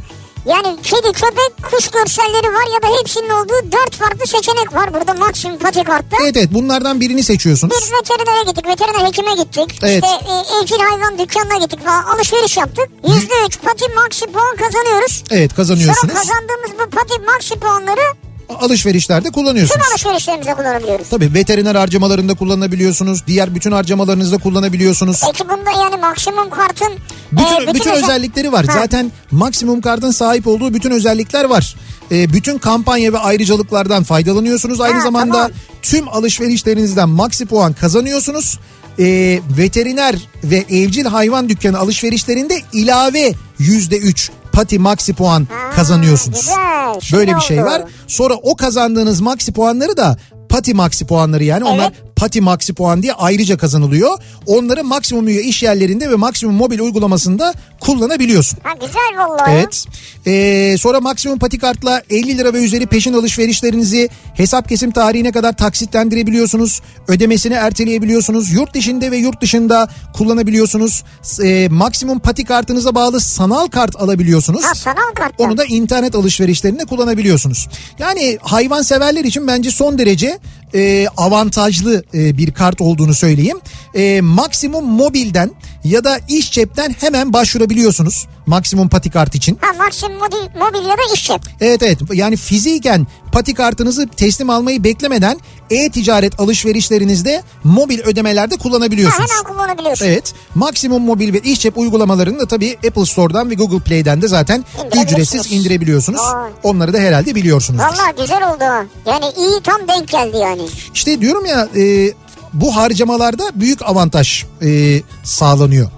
Yani kedi, köpek, kuş görselleri var ya da hepsinin olduğu dört farklı seçenek var burada Maximum Pati Kart'ta. Evet evet, bunlardan birini seçiyorsunuz. Biz veterinere gittik, veteriner hekime gittik. Evet. İşte e, evcil hayvan dükkanına gittik falan, alışveriş yaptık. yüzde üç Pati Maxi puan kazanıyoruz. Evet, kazanıyorsunuz. Sonra kazandığımız bu Pati Maxi puanları alışverişlerde kullanıyorsunuz. tüm alışverişlerimizde kullanabiliyoruz. Tabii veteriner harcamalarında kullanabiliyorsunuz. Diğer bütün harcamalarınızda kullanabiliyorsunuz. Peki bunda yani Maximum Kart'ın bütün, e, bütün, bütün özel... özellikleri var. Ha. Zaten Maximum Kart'ın sahip olduğu bütün özellikler var. E, bütün kampanya ve ayrıcalıklardan faydalanıyorsunuz. Aynı ha, zamanda tamam. tüm alışverişlerinizden Maxi puan kazanıyorsunuz. E, veteriner ve evcil hayvan dükkanı alışverişlerinde ilave yüzde üç Pati Maxi puan ha, kazanıyorsunuz. Güzel. Böyle bir oldu. şey var. Sonra o kazandığınız Maxi puanları da Pati Maxi puanları, yani evet. onlar Pati Maxi puan diye ayrıca kazanılıyor. Onları Maksimum üye iş yerlerinde ve Maksimum mobil uygulamasında kullanabiliyorsun. Ha, güzel vallahi. Evet. Ee, sonra Maksimum Pati Kart'la elli lira ve üzeri peşin alışverişlerinizi hesap kesim tarihine kadar taksitlendirebiliyorsunuz. Ödemesini erteleyebiliyorsunuz. Yurt içinde ve yurt dışında kullanabiliyorsunuz. Ee, Maksimum Pati Kart'ınıza bağlı sanal kart alabiliyorsunuz. Ha, sanal kart. Onu da internet alışverişlerinde kullanabiliyorsunuz. Yani hayvan severler için bence son derece e, avantajlı e, bir kart olduğunu söyleyeyim. E, Maksimum Mobil'den ya da iş cepten hemen başvurabiliyorsunuz Maksimum Pati Kart için. Ha, Maximum mobil, mobil ya da iş cep. Evet evet, yani fiziken Pati Kartınızı teslim almayı beklemeden e-ticaret alışverişlerinizde mobil ödemelerde kullanabiliyorsunuz. Ha, hemen kullanabiliyorsunuz. Evet, Maksimum Mobil ve iş cep uygulamalarını da tabii Apple Store'dan ve Google Play'den de zaten ücretsiz indirebiliyorsunuz. Aa. Onları da herhalde biliyorsunuz. Vallahi güzel oldu. Yani iyi, tam denk geldi yani. İşte diyorum ya, e, bu harcamalarda büyük avantaj e, sağlanıyor.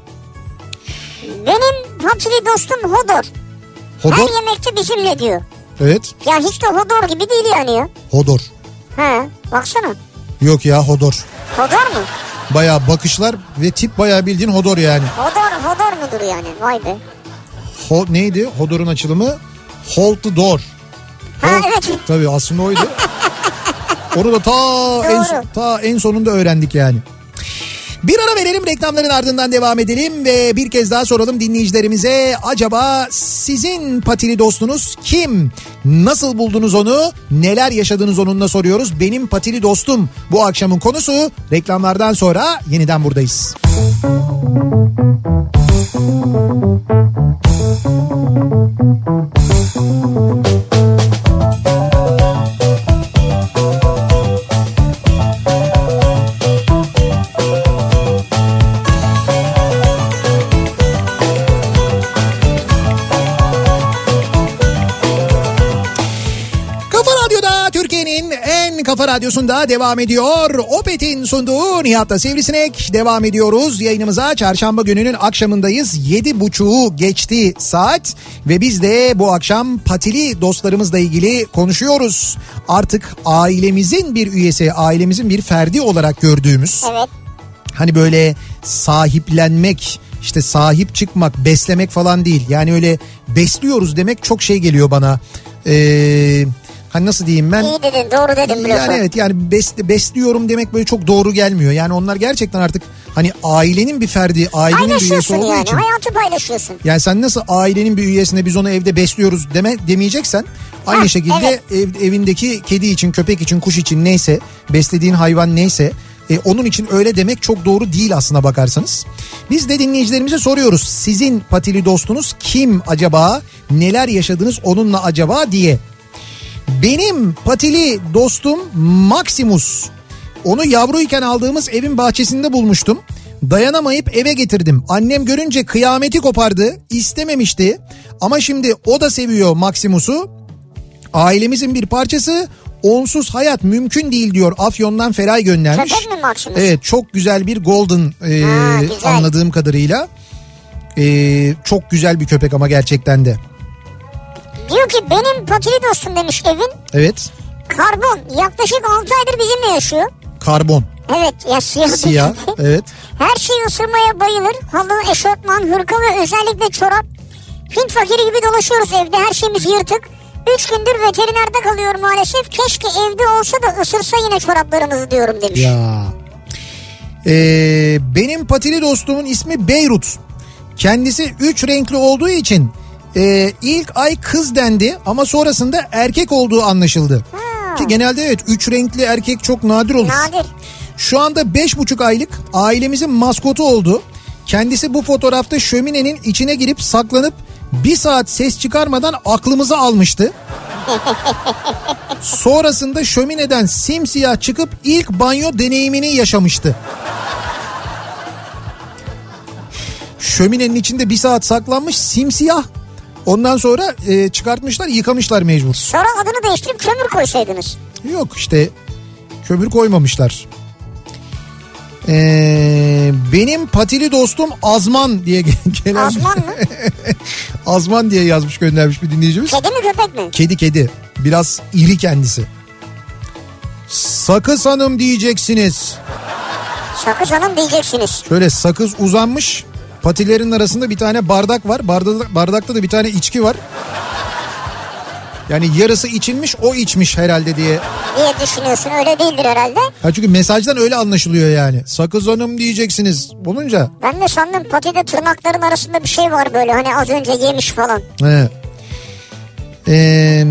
Benim patili dostum Hodor. Hodor? Her yemekte bizimle diyor. Evet. Ya hiç de Hodor gibi değil yani ya. Hodor. He, baksana. Yok ya, Hodor. Hodor mu? Bayağı bakışlar ve tip bayağı bildiğin Hodor yani. Hodor, Hodor mudur yani? Vay be. Ho, neydi? Hodor'un açılımı? Hold the door. Ha Hold, evet. Tabii aslında oydu. Onu da ta en, ta en sonunda öğrendik yani. Bir ara verelim, reklamların ardından devam edelim ve bir kez daha soralım dinleyicilerimize. Acaba sizin patili dostunuz kim? Nasıl buldunuz onu? Neler yaşadınız onunla soruyoruz. Benim patili dostum bu akşamın konusu. Reklamlardan sonra yeniden buradayız. Kafa Radyosu'nda devam ediyor. Opet'in sunduğu Nihat'la Sivrisinek devam ediyoruz. Yayınımıza çarşamba gününün akşamındayız. Yedi buçuğu geçti saat ve biz de bu akşam patili dostlarımızla ilgili konuşuyoruz. Artık ailemizin bir üyesi, ailemizin bir ferdi olarak gördüğümüz. Evet. Hani böyle sahiplenmek, işte sahip çıkmak, beslemek falan değil. Yani öyle besliyoruz demek çok şey geliyor bana. Eee... Hani nasıl diyeyim ben? İyi dedin, doğru dedim biliyorsun. Yani evet, yani bes, besliyorum demek böyle çok doğru gelmiyor. Yani onlar gerçekten artık hani ailenin bir ferdi, ailenin bir üyesi olduğu yani, için. hayatı paylaşıyorsun. Yani sen nasıl ailenin bir üyesine biz onu evde besliyoruz deme demeyeceksen aynı ha, şekilde evet. ev, evindeki kedi için, köpek için, kuş için neyse, beslediğin hayvan neyse e, onun için öyle demek çok doğru değil aslına bakarsanız. Biz de dinleyicilerimize soruyoruz. Sizin patili dostunuz kim acaba? Neler yaşadınız onunla acaba diye. Benim patili dostum Maximus. Onu yavruyken aldığımız evin bahçesinde bulmuştum. Dayanamayıp eve getirdim. Annem görünce kıyameti kopardı. İstememişti. Ama şimdi o da seviyor Maximus'u. Ailemizin bir parçası. Onsuz hayat mümkün değil diyor. Afyon'dan Feray göndermiş. Köpek mi Maximus? Evet, çok güzel bir golden e, ha, güzel. Anladığım kadarıyla. E, çok güzel bir köpek ama gerçekten de. Diyor ki benim patili dostum demiş evin. Evet. Karbon yaklaşık altı aydır bizimle yaşıyor. Karbon. Evet ya, siyah. Siyah evet. Her şeyi ısırmaya bayılır. Halı, eşofman, hırka ve özellikle çorap. Hint fakiri gibi dolaşıyoruz evde, her şeyimiz yırtık. Üç gündür veterinerde kalıyor maalesef. Keşke evde olsa da ısırsa yine çoraplarımızı diyorum demiş. Ya. Ee, benim patili dostumun ismi Beyrut. Kendisi üç renkli olduğu için Ee, ilk ay kız dendi ama sonrasında erkek olduğu anlaşıldı. Ha. Ki genelde evet üç renkli erkek çok nadir olur. Nadir. Şu anda beş buçuk aylık, ailemizin maskotu oldu. Kendisi bu fotoğrafta şöminenin içine girip saklanıp bir saat ses çıkarmadan aklımızı almıştı. Sonrasında şömineden simsiyah çıkıp ilk banyo deneyimini yaşamıştı. Şöminenin içinde bir saat saklanmış, simsiyah. Ondan sonra e, çıkartmışlar, yıkamışlar mecbur. Sonra adını değiştirip kömür koysaydınız. Yok işte kömür koymamışlar. Ee, benim patili dostum Azman diye gelen... Azman mı? Azman diye yazmış, göndermiş bir dinleyicimiz. Kedi mi köpek mi? Kedi kedi. Biraz iri kendisi. Sakız Hanım diyeceksiniz. Sakız Hanım diyeceksiniz. Şöyle sakız uzanmış. Patilerin arasında bir tane bardak var. Bardak, bardakta da bir tane içki var. Yani yarısı içilmiş, o içmiş herhalde diye. Diye düşünüyorsun, öyle değildir herhalde. Ha çünkü mesajdan öyle anlaşılıyor yani. Sakız Hanım diyeceksiniz olunca. Ben de sandım patide tırnakların arasında bir şey var böyle, hani az önce yemiş falan. He. Ee,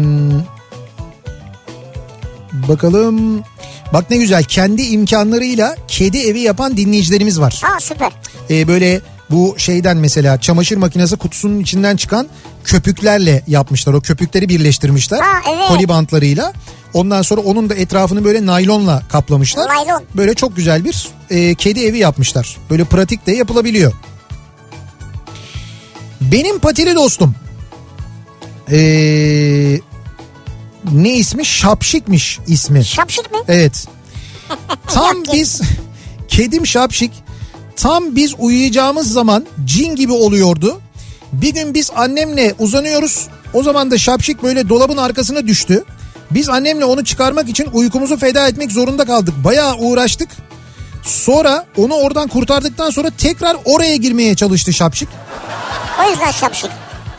bakalım. Bak ne güzel, kendi imkanlarıyla kedi evi yapan dinleyicilerimiz var. Aa süper. Ee, böyle bu şeyden mesela çamaşır makinesi kutusunun içinden çıkan köpüklerle yapmışlar. O köpükleri birleştirmişler. Ha, evet. Koli bantlarıyla. Ondan sonra onun da etrafını böyle naylonla kaplamışlar. Naylon. Böyle çok güzel bir e, kedi evi yapmışlar. Böyle pratik de yapılabiliyor. Benim patili dostum. Ee, ne ismi? Şapşikmiş ismi. Şapşik mi? Evet. Tam biz kedim Şapşik. Tam biz uyuyacağımız zaman cin gibi oluyordu. Bir gün biz annemle uzanıyoruz. O zaman da Şapşik böyle dolabın arkasına düştü. Biz annemle onu çıkarmak için uykumuzu feda etmek zorunda kaldık. Bayağı uğraştık. Sonra onu oradan kurtardıktan sonra tekrar oraya girmeye çalıştı Şapşik. O yüzden Şapşik.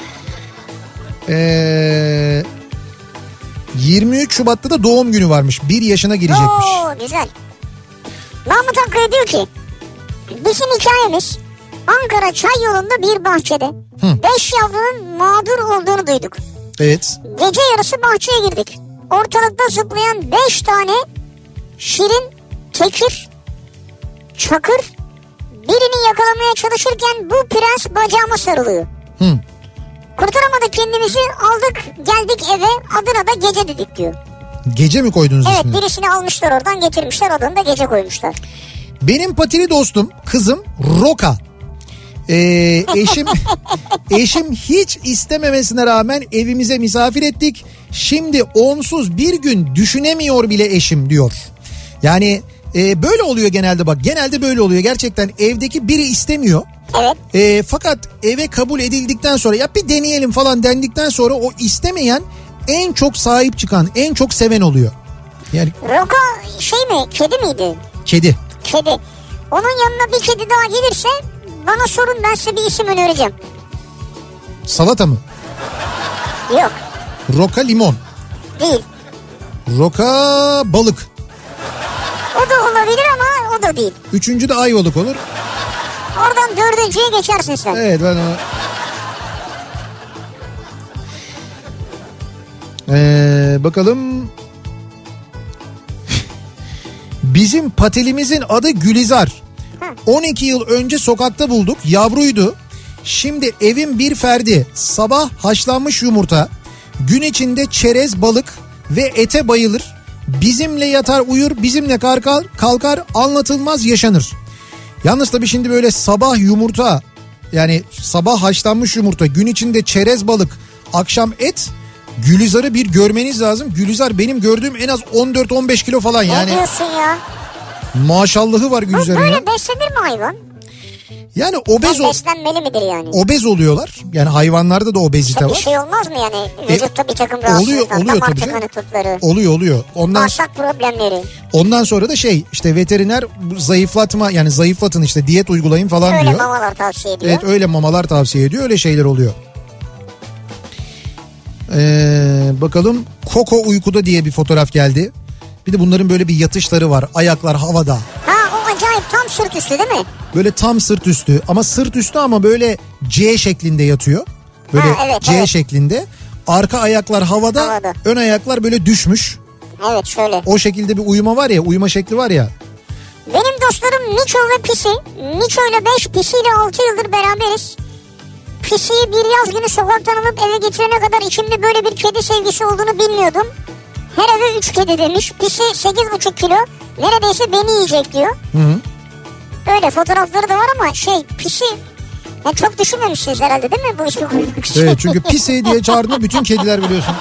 Ee, yirmi üç Şubat'ta da doğum günü varmış. Bir yaşına girecekmiş. Oo güzel. Mahmut Hakkı diyor ki bizim hikayemiz Ankara Çay Yolu'nda bir bahçede Hı. beş yavrunun mağdur olduğunu duyduk. Evet. Gece yarısı bahçeye girdik. Ortalıkta zıplayan beş tane şirin, tekir, çakır birini yakalamaya çalışırken bu prens bacağıma sarılıyor. Hı. Kurtaramadık kendimizi, aldık geldik eve, adına da Gece dedik diyor. Gece mi koydunuz evet, ismini? Evet, birisini almışlar oradan getirmişler, adını da Gece koymuşlar. Benim patili dostum kızım Roka. Ee, eşim eşim hiç istememesine rağmen evimize misafir ettik. Şimdi onsuz bir gün düşünemiyor bile eşim diyor. Yani e, böyle oluyor genelde, bak genelde böyle oluyor gerçekten, evdeki biri istemiyor. Evet. E, fakat eve kabul edildikten sonra ya bir deneyelim falan dendikten sonra o istemeyen en çok sahip çıkan, en çok seven oluyor. Yani Roka şey mi, kedi miydi? Kedi. Kedi. Onun yanına bir kedi daha gelirse bana sorun, ben size bir isim önereceğim. Salata mı? Yok. Roka limon. Değil. Roka balık. O da olabilir ama o da değil. Üçüncü de ayvalık olur. Oradan dördüncüye geçersin sen. Evet ben o... Ee, bakalım. Bizim patilimizin adı Gülizar. on iki yıl önce sokakta bulduk, yavruydu. Şimdi evin bir ferdi. Sabah haşlanmış yumurta, gün içinde çerez, balık ve ete bayılır. Bizimle yatar uyur, bizimle kalkar, kalkar anlatılmaz yaşanır. Yalnız tabii şimdi böyle sabah yumurta, yani sabah haşlanmış yumurta, gün içinde çerez, balık, akşam et. Gülizar'ı bir görmeniz lazım. Gülizar benim gördüğüm en az on dört on beş kilo falan yani. Ne diyorsun ya? Maşallahı var Gülizar'ın. Böyle ya. beslenir mi hayvan? Yani obez, yani beslenmeli midir yani? Obez oluyorlar. Yani hayvanlarda da obezite işte var. Bir şey olmaz mı yani? Vücutta e, bir takım rahatsızlıklar, oluyor, oluyor damar tabii tıkanıklıkları. Oluyor oluyor. Ondan, bağırsak problemleri. Ondan sonra da şey işte veteriner zayıflatma, yani zayıflatın işte diyet uygulayın falan öyle diyor. Öyle mamalar tavsiye ediyor. Evet öyle mamalar tavsiye ediyor, öyle şeyler oluyor. Ee, bakalım Koko uykuda diye bir fotoğraf geldi. Bir de bunların böyle bir yatışları var, ayaklar havada. Ha o acayip, tam sırt üstü değil mi? Böyle tam sırt üstü ama sırt üstü ama böyle C şeklinde yatıyor. Böyle ha, evet, C evet. şeklinde. Arka ayaklar havada, havada, ön ayaklar böyle düşmüş. Evet şöyle. O şekilde bir uyuma var ya, uyuma şekli var ya. Benim dostlarım Miço ve Pisi. Miço ile beş, Pisi ile altı yıldır beraberiz. Pisi'yi bir yaz günü sokaktan alıp eve getirene kadar içimde böyle bir kedi sevgisi olduğunu bilmiyordum. Her eve üç kedi demiş. Pisi sekiz buçuk kilo. Neredeyse beni yiyecek diyor. Hı hı. Öyle fotoğrafları da var ama şey Pisi... Ya çok düşünmemişsiniz herhalde değil mi bu ismi koymak için? Evet, çünkü Pisi diye çağırdığında bütün kediler biliyorsun.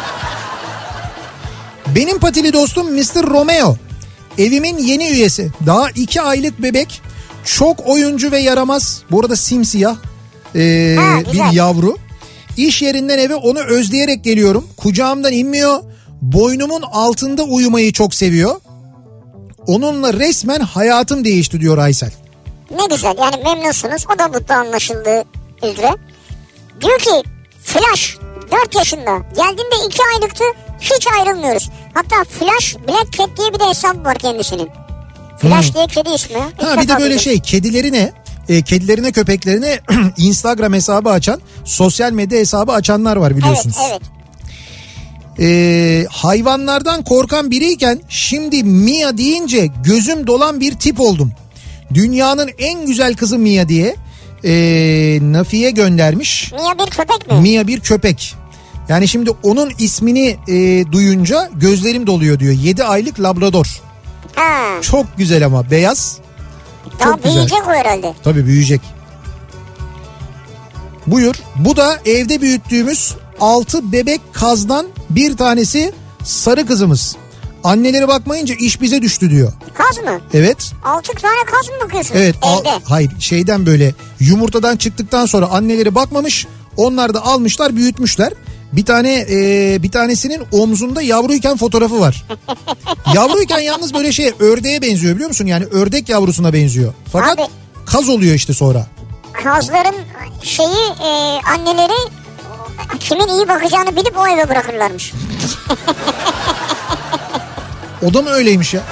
Benim patili dostum mister Romeo. Evimin yeni üyesi. Daha iki aylık bebek. Çok oyuncu ve yaramaz. Bu arada simsiyah ee, ha, bir yavru. İş yerinden eve onu özleyerek geliyorum. Kucağımdan inmiyor. Boynumun altında uyumayı çok seviyor. Onunla resmen hayatım değişti diyor Aysel. Ne güzel, yani memnunsunuz. O da mutlu anlaşıldığı üzere. Diyor ki Flash dört yaşında. Geldiğinde iki aylıktı. Hiç ayrılmıyoruz. Hatta Flash Black Cat diye bir de hesap var kendisinin. Flash hmm. diye kedi ismi. İlk ha bir de böyle dedim. şey kedilerine e, kedilerine köpeklerine Instagram hesabı açan, sosyal medya hesabı açanlar var biliyorsunuz. Evet evet. Ee, hayvanlardan korkan biriyken şimdi Mia deyince gözüm dolan bir tip oldum. Dünyanın en güzel kızı Mia diye e, Nafiye göndermiş. Mia bir köpek mi? Mia bir köpek. Yani şimdi onun ismini e, duyunca gözlerim doluyor diyor. yedi aylık Labrador. Ha. Çok güzel ama beyaz. Daha çok güzel. Büyüyecek o herhalde. Tabii büyüyecek. Buyur. Bu da evde büyüttüğümüz altı bebek kazdan bir tanesi sarı kızımız. Anneleri bakmayınca iş bize düştü diyor. Kaz mı? Evet. Altı tane kaz mı bakıyorsun? Evet. Evde. Al, hayır şeyden böyle yumurtadan çıktıktan sonra anneleri bakmamış. Onlar da almışlar büyütmüşler. Bir tane e, bir tanesinin omzunda yavruyken fotoğrafı var. Yavruyken yalnız böyle şey ördeğe benziyor biliyor musun? Yani ördek yavrusuna benziyor. Fakat Abi, kaz oluyor işte sonra. Kazların şeyi e, anneleri kimin iyi bakacağını bilip o eve bırakırlarmış. O da mı öyleymiş ya?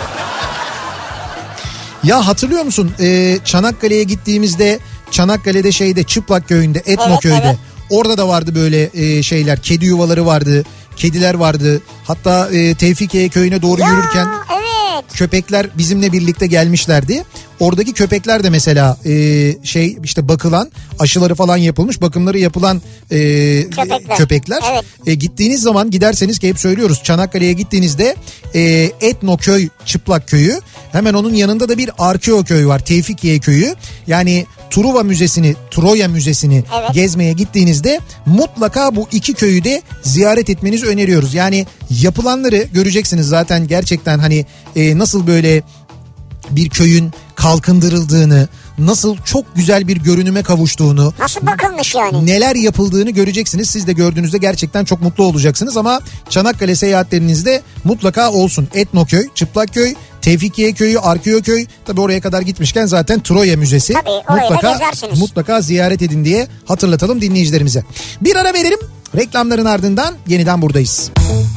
Ya hatırlıyor musun ee, Çanakkale'ye gittiğimizde Çanakkale'de şeyde Çıplak köyünde Etnoköy'de evet, evet. Orada da vardı böyle e, şeyler, kedi yuvaları vardı, kediler vardı. Hatta e, Tevfikiye köyüne doğru ya, yürürken evet. köpekler bizimle birlikte gelmişlerdi. Oradaki köpekler de mesela e, şey işte bakılan, aşıları falan yapılmış, bakımları yapılan e, köpekler. köpekler. Evet. E, gittiğiniz zaman giderseniz ki hep söylüyoruz Çanakkale'ye gittiğinizde e, Etnoköy Çıplak köyü, hemen onun yanında da bir Arkeo köyü var, Tevfikiye köyü. Yani Truva Müzesi'ni, Troya Müzesi'ni evet. gezmeye gittiğinizde mutlaka bu iki köyü de ziyaret etmenizi öneriyoruz. Yani yapılanları göreceksiniz zaten, gerçekten hani e, nasıl böyle bir köyün kalkındırıldığını, nasıl çok güzel bir görünüme kavuştuğunu, nasıl bakılmış yani, neler yapıldığını göreceksiniz. Siz de gördüğünüzde gerçekten çok mutlu olacaksınız. Ama Çanakkale seyahatlerinizde mutlaka olsun. Etnoköy, Çıplakköy, Tevfikiye köyü, Arkeo köy, tabii oraya kadar gitmişken zaten Troya Müzesi, tabii, mutlaka mutlaka ziyaret edin diye hatırlatalım dinleyicilerimize. Bir ara verelim. Reklamların ardından yeniden buradayız.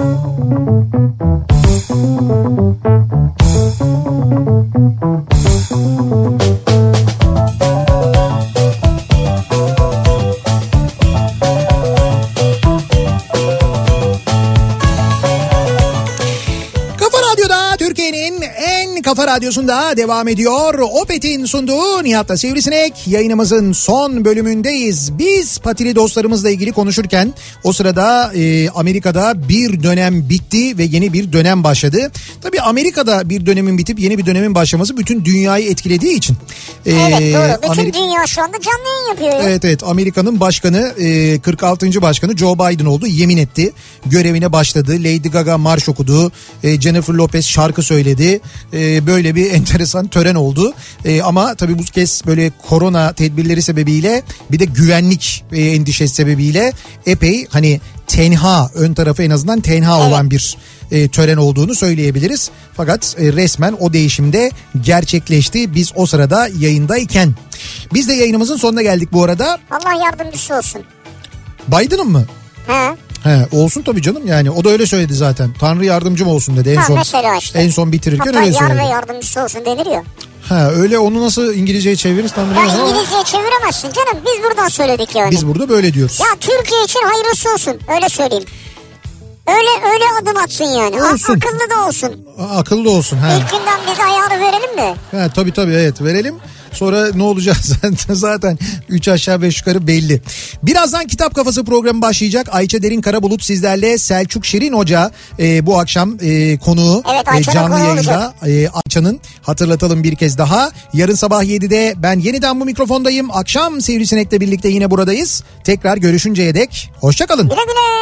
Kafa Radyosu'nda devam ediyor. Opet'in sunduğu Nihat'la Sivrisinek yayınımızın son bölümündeyiz. Biz patili dostlarımızla ilgili konuşurken o sırada e, Amerika'da bir dönem bitti ve yeni bir dönem başladı. Tabii Amerika'da bir dönemin bitip yeni bir dönemin başlaması bütün dünyayı etkilediği için. E, evet doğru. Bütün Amerika... dünya şu anda canlı yayın yapıyor. Evet evet, Amerika'nın başkanı e, kırk altıncı başkanı Joe Biden oldu. Yemin etti. Görevine başladı. Lady Gaga marş okudu. E, Jennifer Lopez şarkı söyledi. E, böyle bir enteresan tören oldu. Ee, ama tabii bu kez böyle korona tedbirleri sebebiyle, bir de güvenlik e, endişesi sebebiyle epey hani tenha, ön tarafı en azından tenha evet. olan bir e, tören olduğunu söyleyebiliriz. Fakat e, resmen o değişim de gerçekleşti biz o sırada yayındayken. Biz de yayınımızın sonuna geldik bu arada. Allah yardımcısı olsun. Biden'ın mı? He. He, olsun tabii canım, yani o da öyle söyledi zaten. Tanrı yardımcım olsun dedi en ha, son. Mesela işte. En son bitirirken hatta öyle söyledi. Hatta yar ve yardımcısı olsun denir ya. Ha öyle, onu nasıl İngilizceye çeviririz tam bilmiyorum ama. Ya İngilizceye çeviremezsin canım. Biz buradan söyledik yani. Biz burada böyle diyoruz. Ya Türkiye için hayırlısı olsun. Öyle söyleyeyim. Öyle öyle adım atsın yani. Olsun. A- akıllı da olsun. A- akıllı olsun. He. İlk günden bize ayarı verelim mi? Ha, tabii tabii evet verelim. Sonra ne olacak zaten üç aşağı beş yukarı belli. Birazdan Kitap Kafası programı başlayacak. Ayça Derin Karabulut sizlerle, Selçuk Şirin Hoca e, bu akşam e, konuğu evet, e, canlı yayında. E, Ayça'nın hatırlatalım bir kez daha. Yarın sabah yedide ben yeniden bu mikrofondayım. Akşam Sivrisinek'le birlikte yine buradayız. Tekrar görüşünceye dek hoşça kalın. Güle güle.